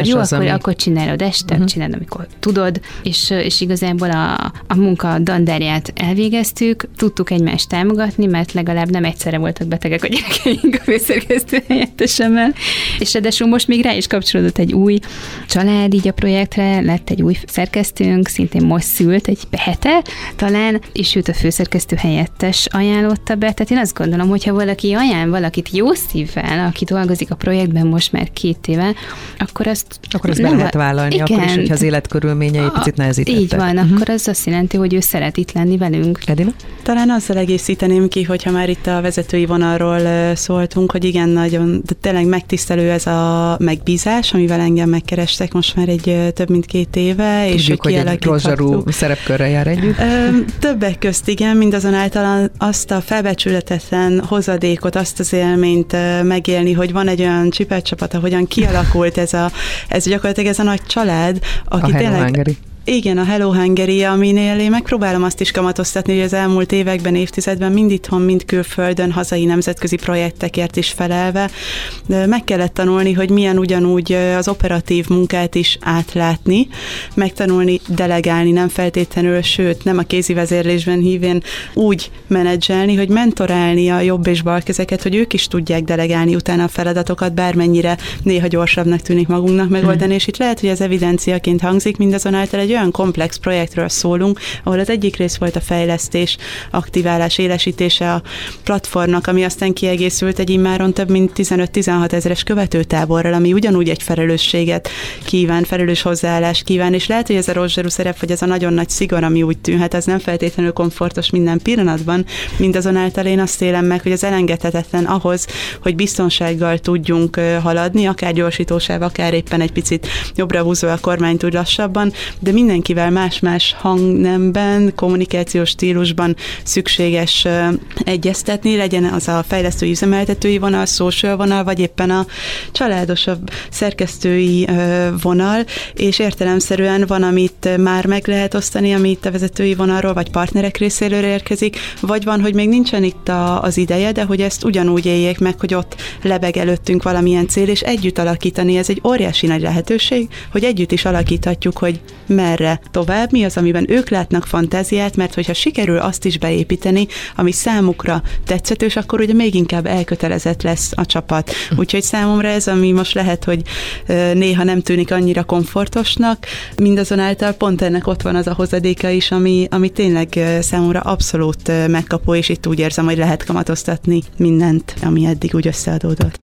amikor jó, az, akkor, ami... akkor csinálod este, uh-huh. csinálod, amikor tudod, és, és igazából a, a munka dandárját elvégeztük, tudtuk egymást támogatni, mert legalább nem egyszerre voltak betegek a gyerekeink a főszerkesztő helyettesemmel, és ráadásul most még rá is kapcsolódott egy új család így a projektre, lett egy új szerkesztőnk, szintén most szült egy hete talán, és őt a főszerkesztő helyettes ajánlotta be, tehát én azt gondolom, hogyha valaki ajánl valakit jó szívvel, aki dolgozik a projektben most már két éve, akkor azt... Akkor azt be lehet vállalni, igen, akkor is, hogyha az életkörülményei picit nehezítettek. Így van, uh-huh. akkor az azt jelenti, hogy ő szeret itt lenni velünk. Edina? Talán azzal egészíteném ki, hogyha már itt a vezetői vonalról szóltunk, hogy igen, nagyon, de tényleg megtisztelő ez a megbízás, amivel engem megkerestek most már egy több mint két éve. Tudjuk, és hogy egy rozsarú szerepkörrel jár együtt. Többek közt igen, mindazonáltal azt a felbecsületetlen hozadékot, azt az élményt megélni, hogy van egy olyan csipelt ahogyan kialakult ez a, ez gyakorlatilag ez a nagy család, aki a tényleg... Hungary. Igen, a Hello Hungary, aminél én megpróbálom azt is kamatoztatni, hogy az elmúlt években, évtizedben mind itthon, mind külföldön, hazai nemzetközi projektekért is felelve meg kellett tanulni, hogy milyen ugyanúgy az operatív munkát is átlátni, megtanulni, delegálni, nem feltétlenül, sőt, nem a kézi vezérlésben hívén úgy menedzselni, hogy mentorálni a jobb és bal kezeket, hogy ők is tudják delegálni utána a feladatokat, bármennyire néha gyorsabbnak tűnik magunknak megoldani, hmm. és itt lehet, hogy ez evidenciaként hangzik, mindazonáltal egy olyan komplex projektről szólunk, ahol az egyik rész volt a fejlesztés, aktiválás, élesítése a platformnak, ami aztán kiegészült egy immáron több mint tizenöt-tizenhat ezeres követőtáborral, ami ugyanúgy egy felelősséget kíván, felelős hozzáállást kíván, és lehet, hogy ez a rozsarú szerep, vagy ez a nagyon nagy szigor, ami úgy tűnhet, az nem feltétlenül komfortos minden pillanatban, mindazonáltal én azt élem meg, hogy az elengedhetetlen ahhoz, hogy biztonsággal tudjunk haladni, akár gyorsítósáv, akár éppen egy picit jobbra húzva a kormányt úgy lassabban, de mindenkivel más-más hangnemben, kommunikációs stílusban szükséges uh, egyeztetni, legyen az a fejlesztői üzemeltetői vonal, social vonal, vagy éppen a családosabb szerkesztői uh, vonal, és értelemszerűen van, amit már meg lehet osztani, amit a vezetői vonalról, vagy partnerek részéről érkezik, vagy van, hogy még nincsen itt a, az ideje, de hogy ezt ugyanúgy éljék meg, hogy ott lebeg előttünk valamilyen cél, és együtt alakítani, ez egy óriási nagy lehetőség, hogy együtt is alakíthatjuk, hogy merre tovább, mi az, amiben ők látnak fantáziát, mert hogyha sikerül azt is beépíteni, ami számukra tetszetős, akkor ugye még inkább elkötelezett lesz a csapat. Úgyhogy számomra ez, ami most lehet, hogy néha nem tűnik annyira komfortosnak, mindazonáltal pont ennek ott van az a hozadéka is, ami, ami tényleg számomra abszolút megkapó, és itt úgy érzem, hogy lehet kamatoztatni mindent, ami eddig úgy összeadódott.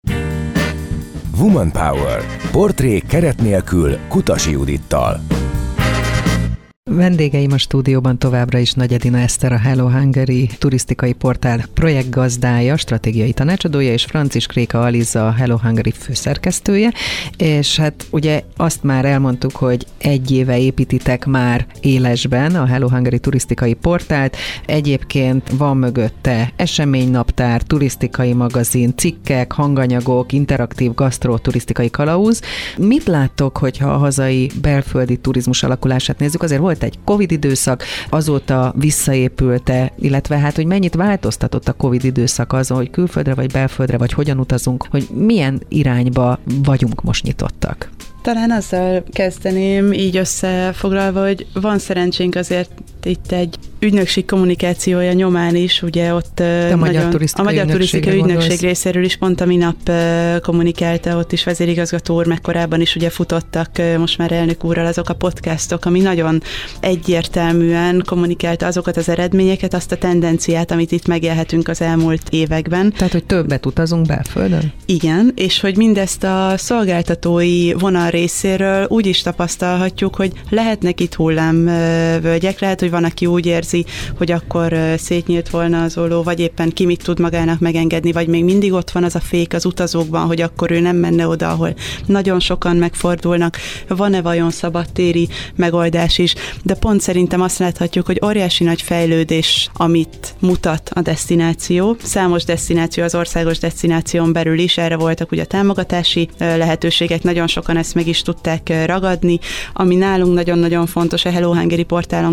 Woman Power. Portré keret nélkül Kutasi Judittal. Vendégeim a stúdióban továbbra is Nagy Edina Eszter, a Hello Hungary turisztikai portál projektgazdája, stratégiai tanácsadója, és Francisk Réka Aliza, a Hello Hungary főszerkesztője, és hát ugye azt már elmondtuk, hogy egy éve építitek már élesben a Hello Hungary turisztikai portált, egyébként van mögötte eseménynaptár, turisztikai magazin, cikkek, hanganyagok, interaktív gasztró, turisztikai kalauz. Mit láttok, hogyha a hazai belföldi turizmus alakulását nézzük? Azért volt egy Covid időszak, azóta visszaépült-e, illetve hát, hogy mennyit változtatott a Covid időszak azon, hogy külföldre vagy belföldre, vagy hogyan utazunk, hogy milyen irányba vagyunk most nyitottak? Talán azzal kezdeném így összefoglalva, hogy van szerencsénk azért itt egy ügynökség kommunikációja nyomán is, ugye ott a Magyar Turisztikai, a Magyar Turisztikai Ügynökség gondolsz? részéről is pont a minap kommunikálta, ott is vezérigazgató úr, meg korábban is ugye futottak most már elnök úrral azok a podcastok, ami nagyon egyértelműen kommunikálta azokat az eredményeket, azt a tendenciát, amit itt megélhetünk az elmúlt években. Tehát, hogy többet utazunk belföldön? Igen, és hogy mindezt a szolgáltatói vonal részéről úgy is tapasztalhatjuk, hogy lehetnek itt hullámvölgyek, lehet, hogy van, aki úgy érzi, hogy akkor szétnyílt volna az olló, vagy éppen ki mit tud magának megengedni, vagy még mindig ott van az a fék az utazókban, hogy akkor ő nem menne oda, ahol nagyon sokan megfordulnak. Van-e vajon szabadtéri megoldás is? De pont szerintem azt láthatjuk, hogy óriási nagy fejlődés, amit mutat a desztináció. Számos desztináció az országos desztináción belül is, erre voltak ugye támogatási lehetőségek, nagyon sokan ezt meg is tudták ragadni. Ami nálunk nagyon-nagyon fontos, a Hello Hungary portálon keresztül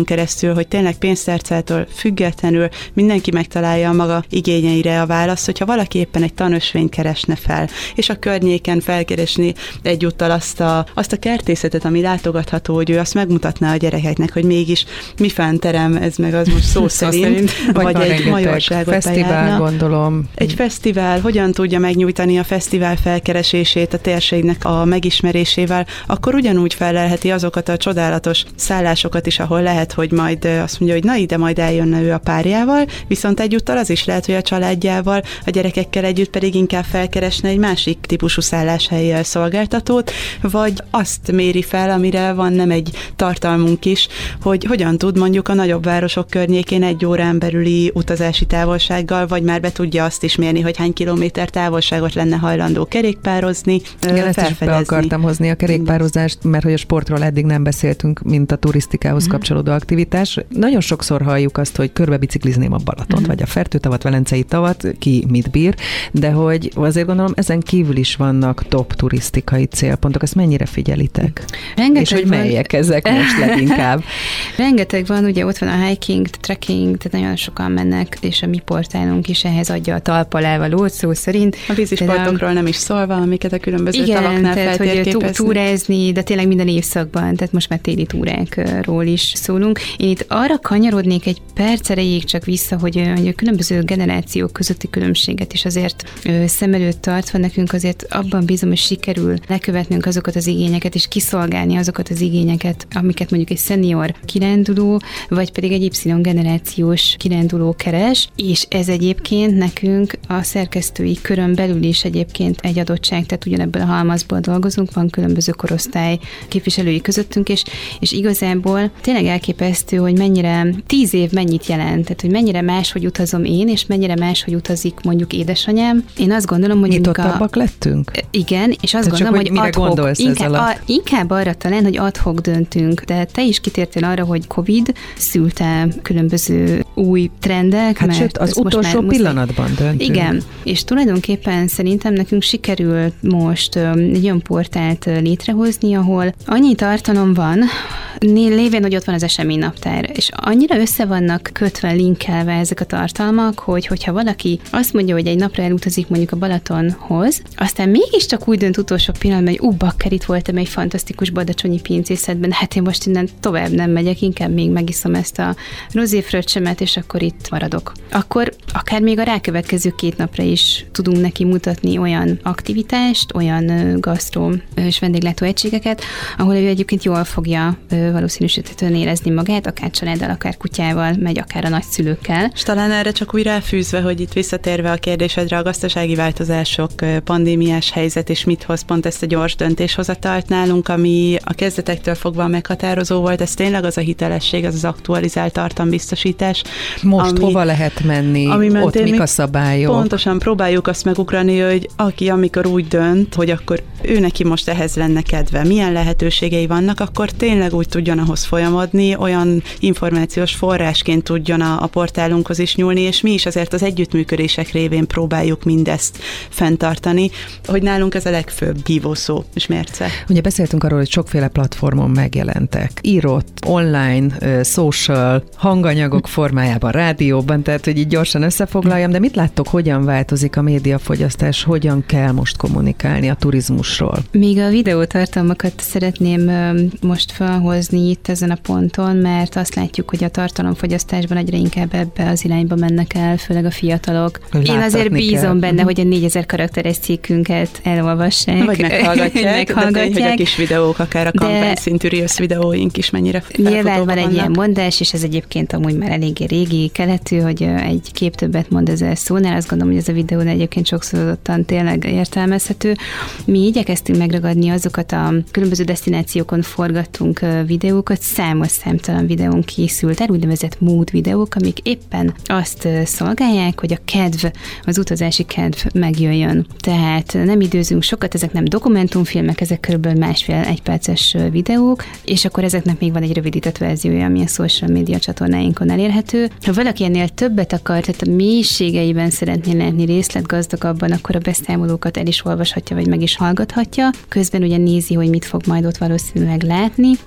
függetlenül, hogy tényleg pénztárcától függetlenül mindenki megtalálja a maga igényeire a választ, hogyha valaki éppen egy tanösvényt keresne fel, és a környéken felkeresni egyúttal azt a, azt a kertészetet, ami látogatható, hogy ő azt megmutatná a gyerekeknek, hogy mégis mi fánterem, ez meg az most szó szerint, vagy, vagy egy majorságot fesztivál, bejárna. gondolom. Egy fesztivál hogyan tudja megnyújtani a fesztivál felkeresését a térségnek a megismerésével, akkor ugyanúgy felelheti azokat a csodálatos szállásokat is, ahol lehet, hogy majd azt mondja, hogy na ide majd eljönne ő a párjával, viszont egyúttal az is lehet, hogy a családjával, a gyerekekkel együtt pedig inkább felkeresne egy másik típusú szálláshelyjel szolgáltatót, vagy azt méri fel, amire van nem egy tartalmunk is, hogy hogyan tud mondjuk a nagyobb városok környékén egy órán belüli utazási távolsággal, vagy már be tudja azt is mérni, hogy hány kilométer távolságot lenne hajlandó kerékpározni, igen, ezt is be akartam hozni a kerékpározást, mert hogy a sportról eddig nem beszéltünk, mint a turisztikához mm. kapcsolódó aktivitás. Nagyon sokszor halljuk azt, hogy körbe biciklizném a Balatont, mm. vagy a Fertőtavat, Velencei tavat, ki mit bír, de hogy azért gondolom ezen kívül is vannak top turisztikai célpontok. Ezt mennyire figyelitek? Rengeteg és hogy van. Melyek ezek most leginkább? Rengeteg van, ugye ott van a hiking, trekking, tehát nagyon sokan mennek, és a mi portálunk is ehhez adja a talpalávalót, szó szerint. A vízisportokról nem is szólva, amiket a különböző igen, tavaknál tehát, feltérképezni. hogy túrázni, de tényleg minden évszakban, tehát most már téli túrákról is szólunk. Én itt arra kanyarodnék egy perc erejéig csak vissza, hogy, hogy a különböző generációk közötti különbséget is azért szem előtt tartva nekünk azért abban bízom, hogy sikerül lekövetnünk azokat az igényeket, és kiszolgálni azokat az igényeket, amiket mondjuk egy senior kiránduló, vagy pedig egy Y generációs kiránduló keres, és ez egyébként nekünk a szerkesztői körön belül is egyébként egy adottság, tehát ugyanebből a halmazból dolgozunk, van különböző korosztály képviselői közöttünk, és, és igazából tényleg elképesztő, hogy mennyire tíz év mennyit jelent, tehát hogy mennyire máshogy utazom én, és mennyire máshogy utazik mondjuk édesanyám. Én azt gondolom, hogy nyitottabbak a... lettünk? Igen, és azt tehát gondolom, csak, hogy, hogy adhok, inkább, a... a, inkább arra talán, hogy adhok döntünk, de te is kitértél arra, hogy Covid szülte különböző új trendek. Hát mert sőt, az utolsó pillanatban döntünk. Igen, és tulajdonképpen szerintem nekünk sikerült most egy olyan portált létrehozni, ahol annyi tartalom van, lévén, hogy ott van az eseménynaptár, és annyira össze vannak kötve, linkelve ezek a tartalmak, hogy hogyha valaki azt mondja, hogy egy napra elutazik mondjuk a Balatonhoz, aztán mégiscsak úgy dönt utolsó pillanatban, hogy ú, bakker, itt voltam egy fantasztikus badacsonyi pincészetben, hát én most innen tovább nem megyek, inkább még megiszom ezt a rozéfröccsemet, és akkor itt maradok. Akkor akár még a rákövetkező két napra is tudunk neki mutatni olyan aktivitást, olyan gasztró és vendéglátó egységeket, ahol ő egyébként jól fogja valószínűsíthetően érezni magát, akár családdal, akár kutyával, megy akár a nagyszülőkkel. És talán erre csak úgy ráfűzve, hogy itt visszatérve a kérdésedre, a gazdasági változások, pandémiás helyzet, és mit hoz pont ezt a gyors döntéshozatalt nálunk, ami a kezdetektől fogva meghatározó volt, ez tényleg az a hitelesség, az az aktualizált tartalombiztosítás. Most ami, hova lehet menni, ami ott mik a szabályok? Pontosan próbáljuk azt megugrani, hogy aki amikor úgy dönt, hogy akkor ő neki most ehhez lenne kedve, milyen lehetőségei vannak, akkor tényleg úgy tudjon ahhoz folyamodni, olyan információs forrásként tudjon a, a portálunkhoz is nyúlni, és mi is azért az együttműködések révén próbáljuk mindezt fenntartani, hogy nálunk ez a legfőbb hívószó és mérce. Ugye beszéltünk arról, hogy sokféle platformon megjelentek. Írott, online, social, hanganyagok formájában, rádióban, tehát hogy így gyorsan összefoglaljam, de mit láttok, hogyan változik a médiafogyasztás, hogyan kell most kommunikálni a turizmusról? Még a videótartalmakat szeretném most felhozni itt ezen a ponton, mert azt látjuk, hogy a tartalomfogyasztásban egyre inkább ebbe az irányba mennek el, főleg a fiatalok. Láttatni Én azért bízom kell. benne, hogy a négyezer karakteres cikkünket elolvassák. Vagy meghallgatják, meghallgatják. De hogy a kis videók, akár a kampány szintű Reels videóink is mennyire nyilván van egy ilyen mondás, és ez egyébként amúgy már eléggé régi keletű, hogy egy kép többet mond ezer szónál. Azt gondolom, hogy ez a videón egyébként sokszorozottan tényleg értelmezhető. Mi igyekeztünk megragadni azokat a különböző desztinációkon forgattunk videókat, számos számtalan videón készült el, úgynevezett mood videók, amik éppen azt szolgálják, hogy a kedv, az utazási kedv megjöjjön. Tehát nem időzünk sokat, ezek nem dokumentumfilmek, ezek körülbelül másfél egyperces videók, és akkor ezeknek még van egy rövidített verziója, ami a social media csatornáinkon elérhető. Ha valaki ennél többet akar, tehát a mélységeiben szeretné látni részletgazdagabban, akkor a beszámolókat el is olvashatja, vagy meg is hallgathatja. Közben ugye nézi, hogy mit fog majd ott valószínűleg látni. Tehát a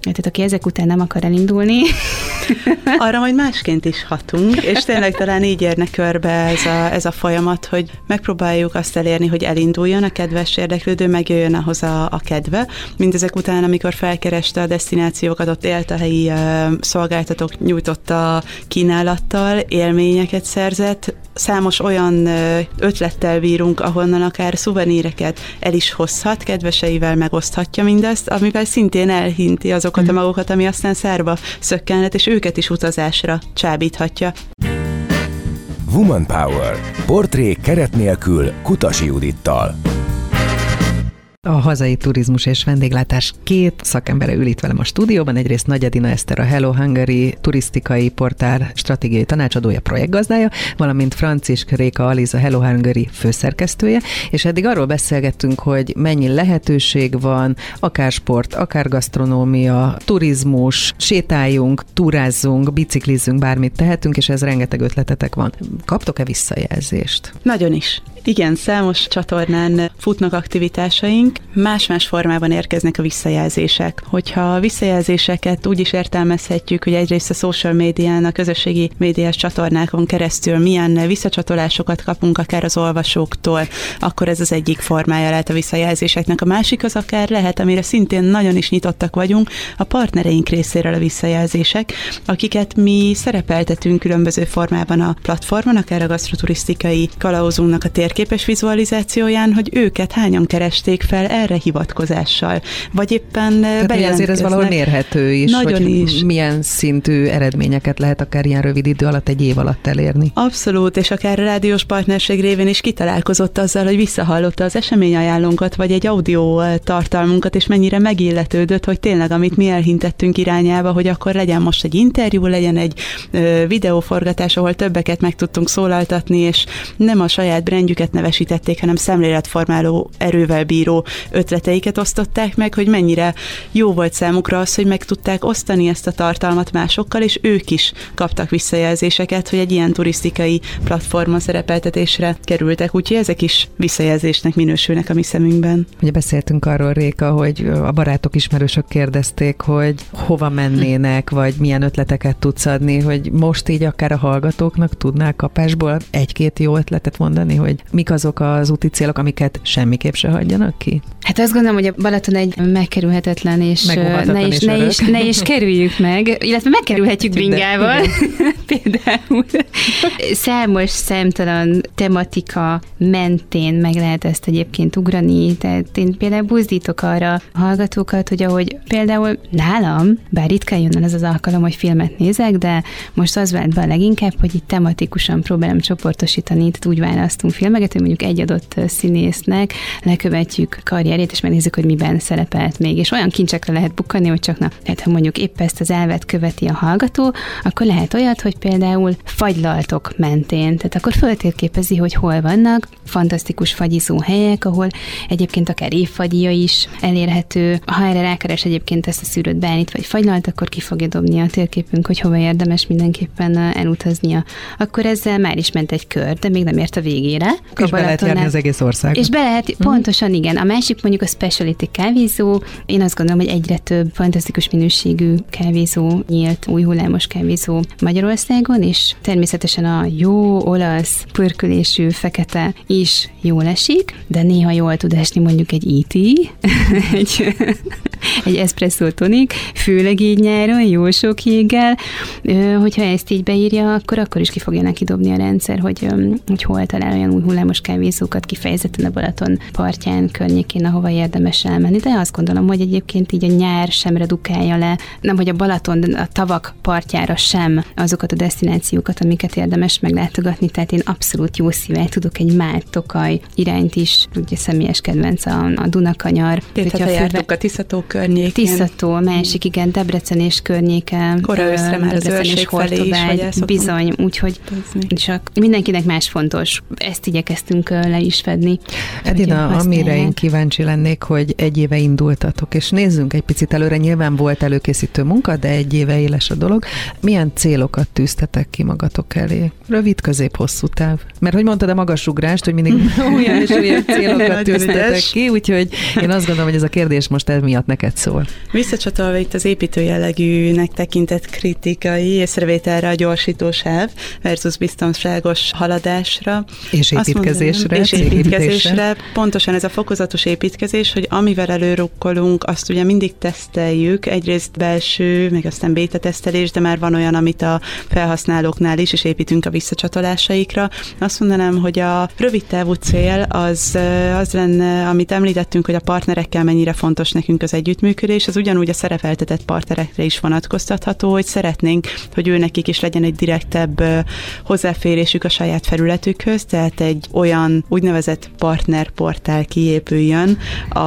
aki ezek után nem akar elindulni. Arra majd másként is hatunk, és tényleg talán így érne körbe ez a, ez a folyamat, hogy megpróbáljuk azt elérni, hogy elinduljon a kedves érdeklődő, megjöjjön ahhoz a, a kedve. Mindezek után, amikor felkereste a desztinációkat, ott élt a helyi uh, szolgáltatók, nyújtotta kínálattal, élményeket szerzett, számos olyan ötlettel bírunk, ahonnan akár szuveníreket el is hozhat, kedveseivel megoszthatja mindezt, amivel szintén elhinti azokat a magokat, ami aztán szárba szökkenhet, és őket is utazásra csábíthatja. Woman Power. Portré keret nélkül Kutasi Judittal. A hazai turizmus és vendéglátás két szakembere ül itt velem a stúdióban. Egyrészt Nagy Edina Eszter, a Hello Hungary turisztikai portál stratégiai tanácsadója, projektgazdája, valamint Francisk Réka Aliz, a Hello Hungary főszerkesztője, és eddig arról beszélgettünk, hogy mennyi lehetőség van, akár sport, akár gasztronómia, turizmus, sétáljunk, túrázzunk, biciklizzünk, bármit tehetünk, és ez rengeteg ötletetek van. Kaptok-e visszajelzést? Nagyon is. Igen, számos csatornán futnak aktivitásaink, más-más formában érkeznek a visszajelzések. Hogyha a visszajelzéseket úgy is értelmezhetjük, hogy egyrészt a social médián, a közösségi médiás csatornákon keresztül milyen visszacsatolásokat kapunk akár az olvasóktól, akkor ez az egyik formája lehet a visszajelzéseknek. A másik az akár lehet, amire szintén nagyon is nyitottak vagyunk, a partnereink részéről a visszajelzések, akiket mi szerepeltetünk különböző formában a platformon, akár a gasztroturisztikai kalauzunknak a térképes vizualizációján, hogy őket hányan keresték fel erre hivatkozással, vagy éppen bejelentkeznek. Azért ez valahol mérhető is, nagyon hogy is. Milyen szintű eredményeket lehet akár ilyen rövid idő alatt, egy év alatt elérni. Abszolút, és akár a rádiós partnerség révén is kitalálkozott azzal, hogy visszahallotta az eseményajánlónkat, vagy egy audio tartalmunkat, és mennyire megilletődött, hogy tényleg, amit mi elhintettünk irányába, hogy akkor legyen most egy interjú, legyen egy ö, videóforgatás, ahol többeket meg tudtunk szólaltatni, és nem a saját brandjüket nevesítették, hanem szemléletformáló erővel bíró ötleteiket osztották meg, hogy mennyire jó volt számukra az, hogy meg tudták osztani ezt a tartalmat másokkal, és ők is kaptak visszajelzéseket, hogy egy ilyen turisztikai platformon szerepeltetésre kerültek, úgyhogy ezek is visszajelzésnek minősülnek a mi szemünkben. Ugye beszéltünk arról, Réka, hogy a barátok, ismerősök kérdezték, hogy hova mennének, vagy milyen ötleteket tudsz adni, hogy most így akár a hallgatóknak tudnál kapásból egy-két jó ötletet mondani, hogy mik azok az úti célok, amiket semmiképp se hagyjanak ki? Hát azt gondolom, hogy a Balaton egy megkerülhetetlen, és ne is, ne, is, ne is kerüljük meg, illetve megkerülhetjük bringával. Például számos számtalan tematika mentén meg lehet ezt egyébként ugrani, tehát én például buzdítok arra hallgatókat, hogy ahogy például nálam, bár ritkán jön el ez az alkalom, hogy filmet nézek, de most az vált be a leginkább, hogy itt tematikusan próbálom csoportosítani, tehát úgy választunk filmeket, hogy mondjuk egy adott színésznek lekövetjük karrierét, és megnézzük, hogy miben szerepelt még. És olyan kincsekre lehet bukkanni, hogy csak na, tehát ha mondjuk épp ezt az elvet követi a hallgató, akkor lehet olyat, hogy például fagylaltok mentén, tehát akkor föltérképezi, hogy hol vannak fantasztikus fagyizó helyek, ahol egyébként akár évfagyja is elérhető. Ha erre rákeres egyébként ezt a szűrőt beállít, vagy fagylalt, akkor ki fogja dobni a térképünk, hogy hova érdemes mindenképpen elutaznia. Akkor ezzel már is ment egy kör, de még nem ért a végére. És be lehet járni az egész országot. És be lehet, uh-huh. pontosan igen. A másik mondjuk a specialty kávézó. Én azt gondolom, hogy egyre több fantasztikus minőségű kávézó nyílt, új hullámos kávézó Magyarországon, és természetesen a jó olasz, pörkölésű, fekete is jól esik, de néha jól tud esni mondjuk egy í té, egy, egy espresso tonik, főleg így nyáron, jó sok jéggel. Hogyha ezt így beírja, akkor akkor is ki fogja neki dobni a rendszer, hogy, hogy hol talál olyan új hullámos kávézókat, kifejezetten a Balaton partján, környékén, ahova érdemes elmenni. De azt gondolom, hogy egyébként így a nyár sem redukálja le, nem hogy a Balaton, de a tavak partjára sem azokat a desztinációkat, amiket érdemes meglátogatni. Tehát én abszolút jó szívvel tudok egy Mát-Tokaj irányt is, ugye személyes kedvenc a, a Dunakanyar. Tehát jártuk a Tiszató környékén. Tiszató, a másik, igen, Debrecen és környéke. Kora őszre már az őrség felé is. Bizony, úgyhogy csak mindenkinek más fontos. Ezt igyekeztünk le is fedni. Edina, amire én kíváncsi kíváncsi lennék, hogy egy éve indultatok, és nézzünk egy picit előre, nyilván volt előkészítő munka, de egy éve éles a dolog. Milyen célokat tűztetek ki magatok elé? Rövid, közép, hosszú táv? Mert hogy mondtad a magasugrást, hogy mindig olyan és olyan célokat tűztetek ki, úgyhogy én azt gondolom, hogy ez a kérdés most ez miatt neked szól. Visszacsatolva itt az építő jellegűnek tekintett kritikai észrevételre a gyorsítósáv versus biztonságos haladásra. És építkezésre. Mondanám, és építkezésre. Pontosan ez a fokozatos építkezés, hogy amivel előrukkolunk, azt ugye mindig teszteljük, egyrészt belső, meg aztán béta tesztelés, de már van olyan, amit a felhasználóknál is, és építünk a visszacsatolásaikra. Azt mondanám, hogy a rövid távú cél az, az lenne, amit említettünk, hogy a partnerekkel mennyire fontos nekünk az együttműködés, az ugyanúgy a szerepeltetett partnerekre is vonatkoztatható, hogy szeretnénk, hogy ő nekik is legyen egy direktebb hozzáférésük a saját felületükhöz, tehát egy olyan úgynevezett partnerportál kiépüljön,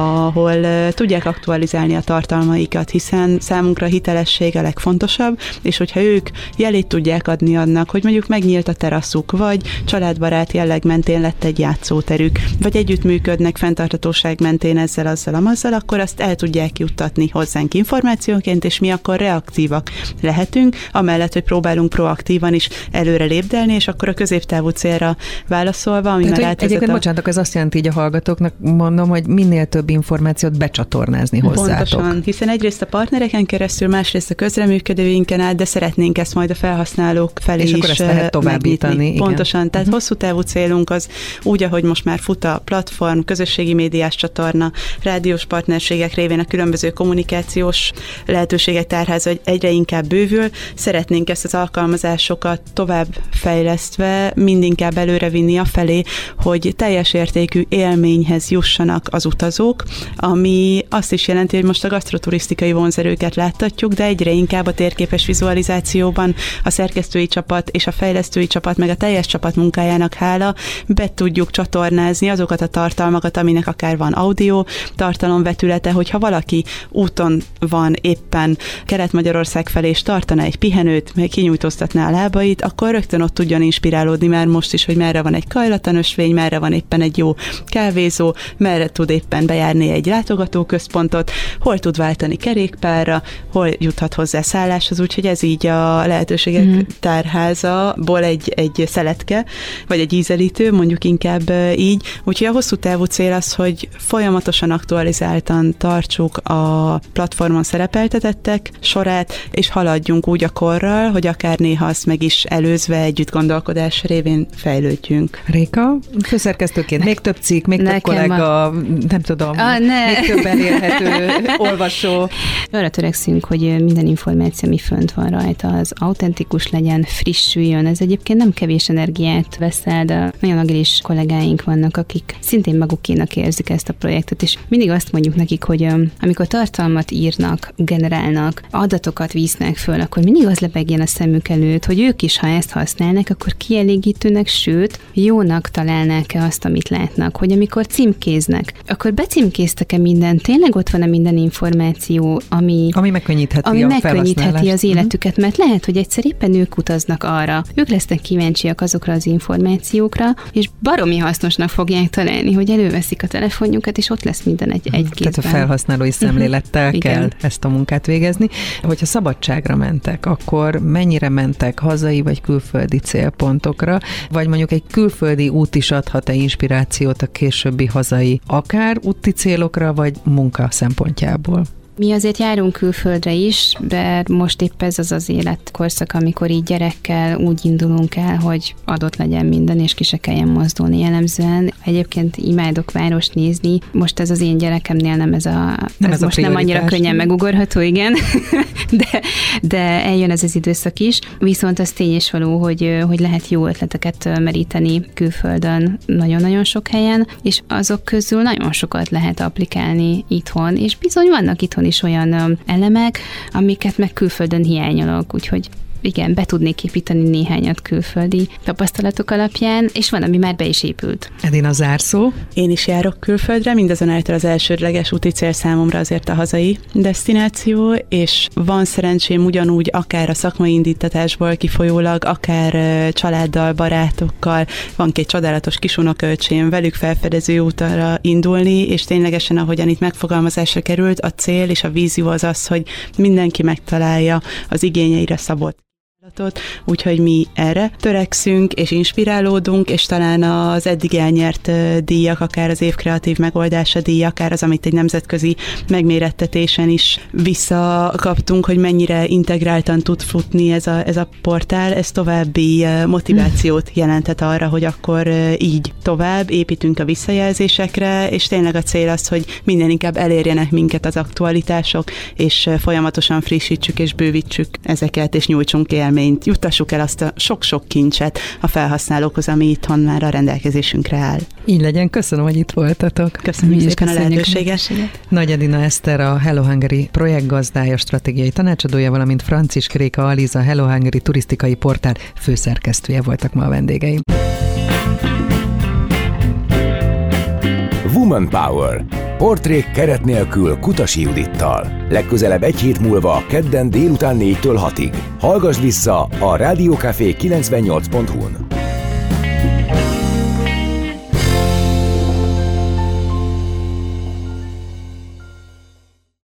ahol tudják aktualizálni a tartalmaikat, hiszen számunkra a hitelesség a legfontosabb, és hogyha ők jelét tudják adni annak, hogy mondjuk megnyílt a teraszuk, vagy családbarát jelleg mentén lett egy játszóterük, vagy együttműködnek fenntarthatóság mentén ezzel, azzal, amazzal, akkor azt el tudják juttatni hozzánk információként, és mi akkor reaktívak lehetünk, amellett, hogy próbálunk proaktívan is előre lépdelni, és akkor a középtávú célra válaszolva, ami tehát, már átvezet egyébként, a... bocsánat, ez azt jelenti így a hallgatóknak, mondom, hogy minél több információt becsatornázni hozzátok. Pontosan, hiszen egyrészt a partnereken keresztül, másrészt a közreműködőinken át, de szeretnénk ezt majd a felhasználók felé és is akkor ezt lehet továbbítani. Pontosan, tehát uh-huh. hosszú távú célunk az úgy, ahogy most már fut a platform, közösségi médiás csatorna, rádiós partnerségek révén a különböző kommunikációs lehetőségek tárháza egyre inkább bővül. Szeretnénk ezt az alkalmazásokat tovább fejlesztve mindinkább előrevinni afelé, hogy teljes értékű élményhez jussanak az utazók, ami azt is jelenti, hogy most a gasztroturisztikai vonzerőket láttatjuk, de egyre inkább a térképes vizualizációban a szerkesztői csapat és a fejlesztői csapat, meg a teljes csapat munkájának hála be tudjuk csatornázni azokat a tartalmakat, aminek akár van audio tartalomvetülete, hogyha valaki úton van éppen Kelet-Magyarország felé, és tartana egy pihenőt, meg kinyújtóztatná a lábait, akkor rögtön ott tudjon inspirálódni már most is, hogy merre van egy kajlatanösvény, merre van éppen egy jó kávézó, merre tud éppen bejárni egy látogatóközpontot, hol tud váltani kerékpárra, hol juthat hozzá szálláshoz, úgyhogy ez így a lehetőségek mm. tárházaból egy, egy szeletke, vagy egy ízelítő, mondjuk inkább így. Úgyhogy a hosszú távú cél az, hogy folyamatosan aktualizáltan tartsuk a platformon szerepeltetettek sorát, és haladjunk úgy a korral, hogy akár néha azt meg is előzve együtt gondolkodás révén fejlődjünk. Réka, főszerkesztőként még több cikk, még több kollega, a... nem tudom, ah, ne. még több elérhető olvasó. Arra törekszünk, hogy minden információ, ami fönt van rajta, az autentikus legyen, frissüljön. Ez egyébként nem kevés energiát vesz el, de nagyon agilis kollégáink vannak, akik szintén magukénak érzik ezt a projektet, és mindig azt mondjuk nekik, hogy amikor tartalmat írnak, generálnak, adatokat víznek föl, akkor mindig az lebegjen a szemük előtt, hogy ők is, ha ezt használnak, akkor kielégítőnek, sőt, jónak találnák-e azt, amit látnak, hogy amikor címkéznek, akkor becímkéztek-e minden, tényleg ott van-e minden információ, ami, ami megkönnyítheti, ami a megkönnyítheti az életüket, mert lehet, hogy egyszer éppen ők utaznak arra, ők lesznek kíváncsiak azokra az információkra, és baromi hasznosnak fogják találni, hogy előveszik a telefonjukat, és ott lesz minden egy, egy kézben. Tehát a felhasználói szemlélettel uh-huh. kell ezt a munkát végezni. Hogyha szabadságra mentek, akkor mennyire mentek hazai vagy külföldi célpontokra, vagy mondjuk egy külföldi út is adhat-e inspirációt a későbbi hazai, akár úti célokra, vagy munka szempontjából? Mi azért járunk külföldre is, de most épp ez az az életkorszak, amikor így gyerekkel úgy indulunk el, hogy adott legyen minden, és ki se kelljen mozdulni jellemzően. Egyébként imádok várost nézni. Most ez az én gyerekemnél nem ez a... Nem ez ez most a nem annyira könnyen megugorható, igen, de, de eljön ez az időszak is. Viszont az tény és való, hogy, hogy lehet jó ötleteket meríteni külföldön nagyon-nagyon sok helyen, és azok közül nagyon sokat lehet applikálni itthon, és bizony vannak itthon is olyan elemek, amiket meg külföldön hiányolok, úgyhogy igen, be tudnék építeni néhányat külföldi tapasztalatok alapján, és van, ami már be is épült. Edina, zárszó? Én is járok külföldre, mindazonáltal az elsődleges úti cél számomra azért a hazai desztináció, és van szerencsém ugyanúgy akár a szakmai indítatásból kifolyólag, akár családdal, barátokkal, van két csodálatos kisunokaöcsém, velük felfedező útra indulni, és ténylegesen, ahogyan itt megfogalmazásra került, a cél és a vízió az az, hogy mindenki megtalálja az igényeire szabott. Úgyhogy mi erre törekszünk, és inspirálódunk, és talán az eddig elnyert díjak, akár az év kreatív megoldása díj, akár az, amit egy nemzetközi megmérettetésen is visszakaptunk, hogy mennyire integráltan tud futni ez a, ez a portál, ez további motivációt jelentett arra, hogy akkor így tovább építünk a visszajelzésekre, és tényleg a cél az, hogy minden inkább elérjenek minket az aktualitások, és folyamatosan frissítsük és bővítsük ezeket, és nyújtsunk élményt. Juttassuk el azt a sok-sok kincset a felhasználókhoz, ami itthon már a rendelkezésünkre áll. Így legyen, köszönöm, hogy itt voltatok. Köszönjük Mi szépen a lehetőséget. Nagy Edina Eszter, a Hello Hungary projektgazdája, stratégiai tanácsadója, valamint Francisk Réka Aliza, Hello Hungary turisztikai portál főszerkesztője voltak ma a vendégeim. Woman Power. Portrék keret nélkül Kutasi Judittal. Legközelebb egy hét múlva, kedden délután négytől hatig. Hallgass vissza a Rádió Café kilencvennyolc pont hu-n.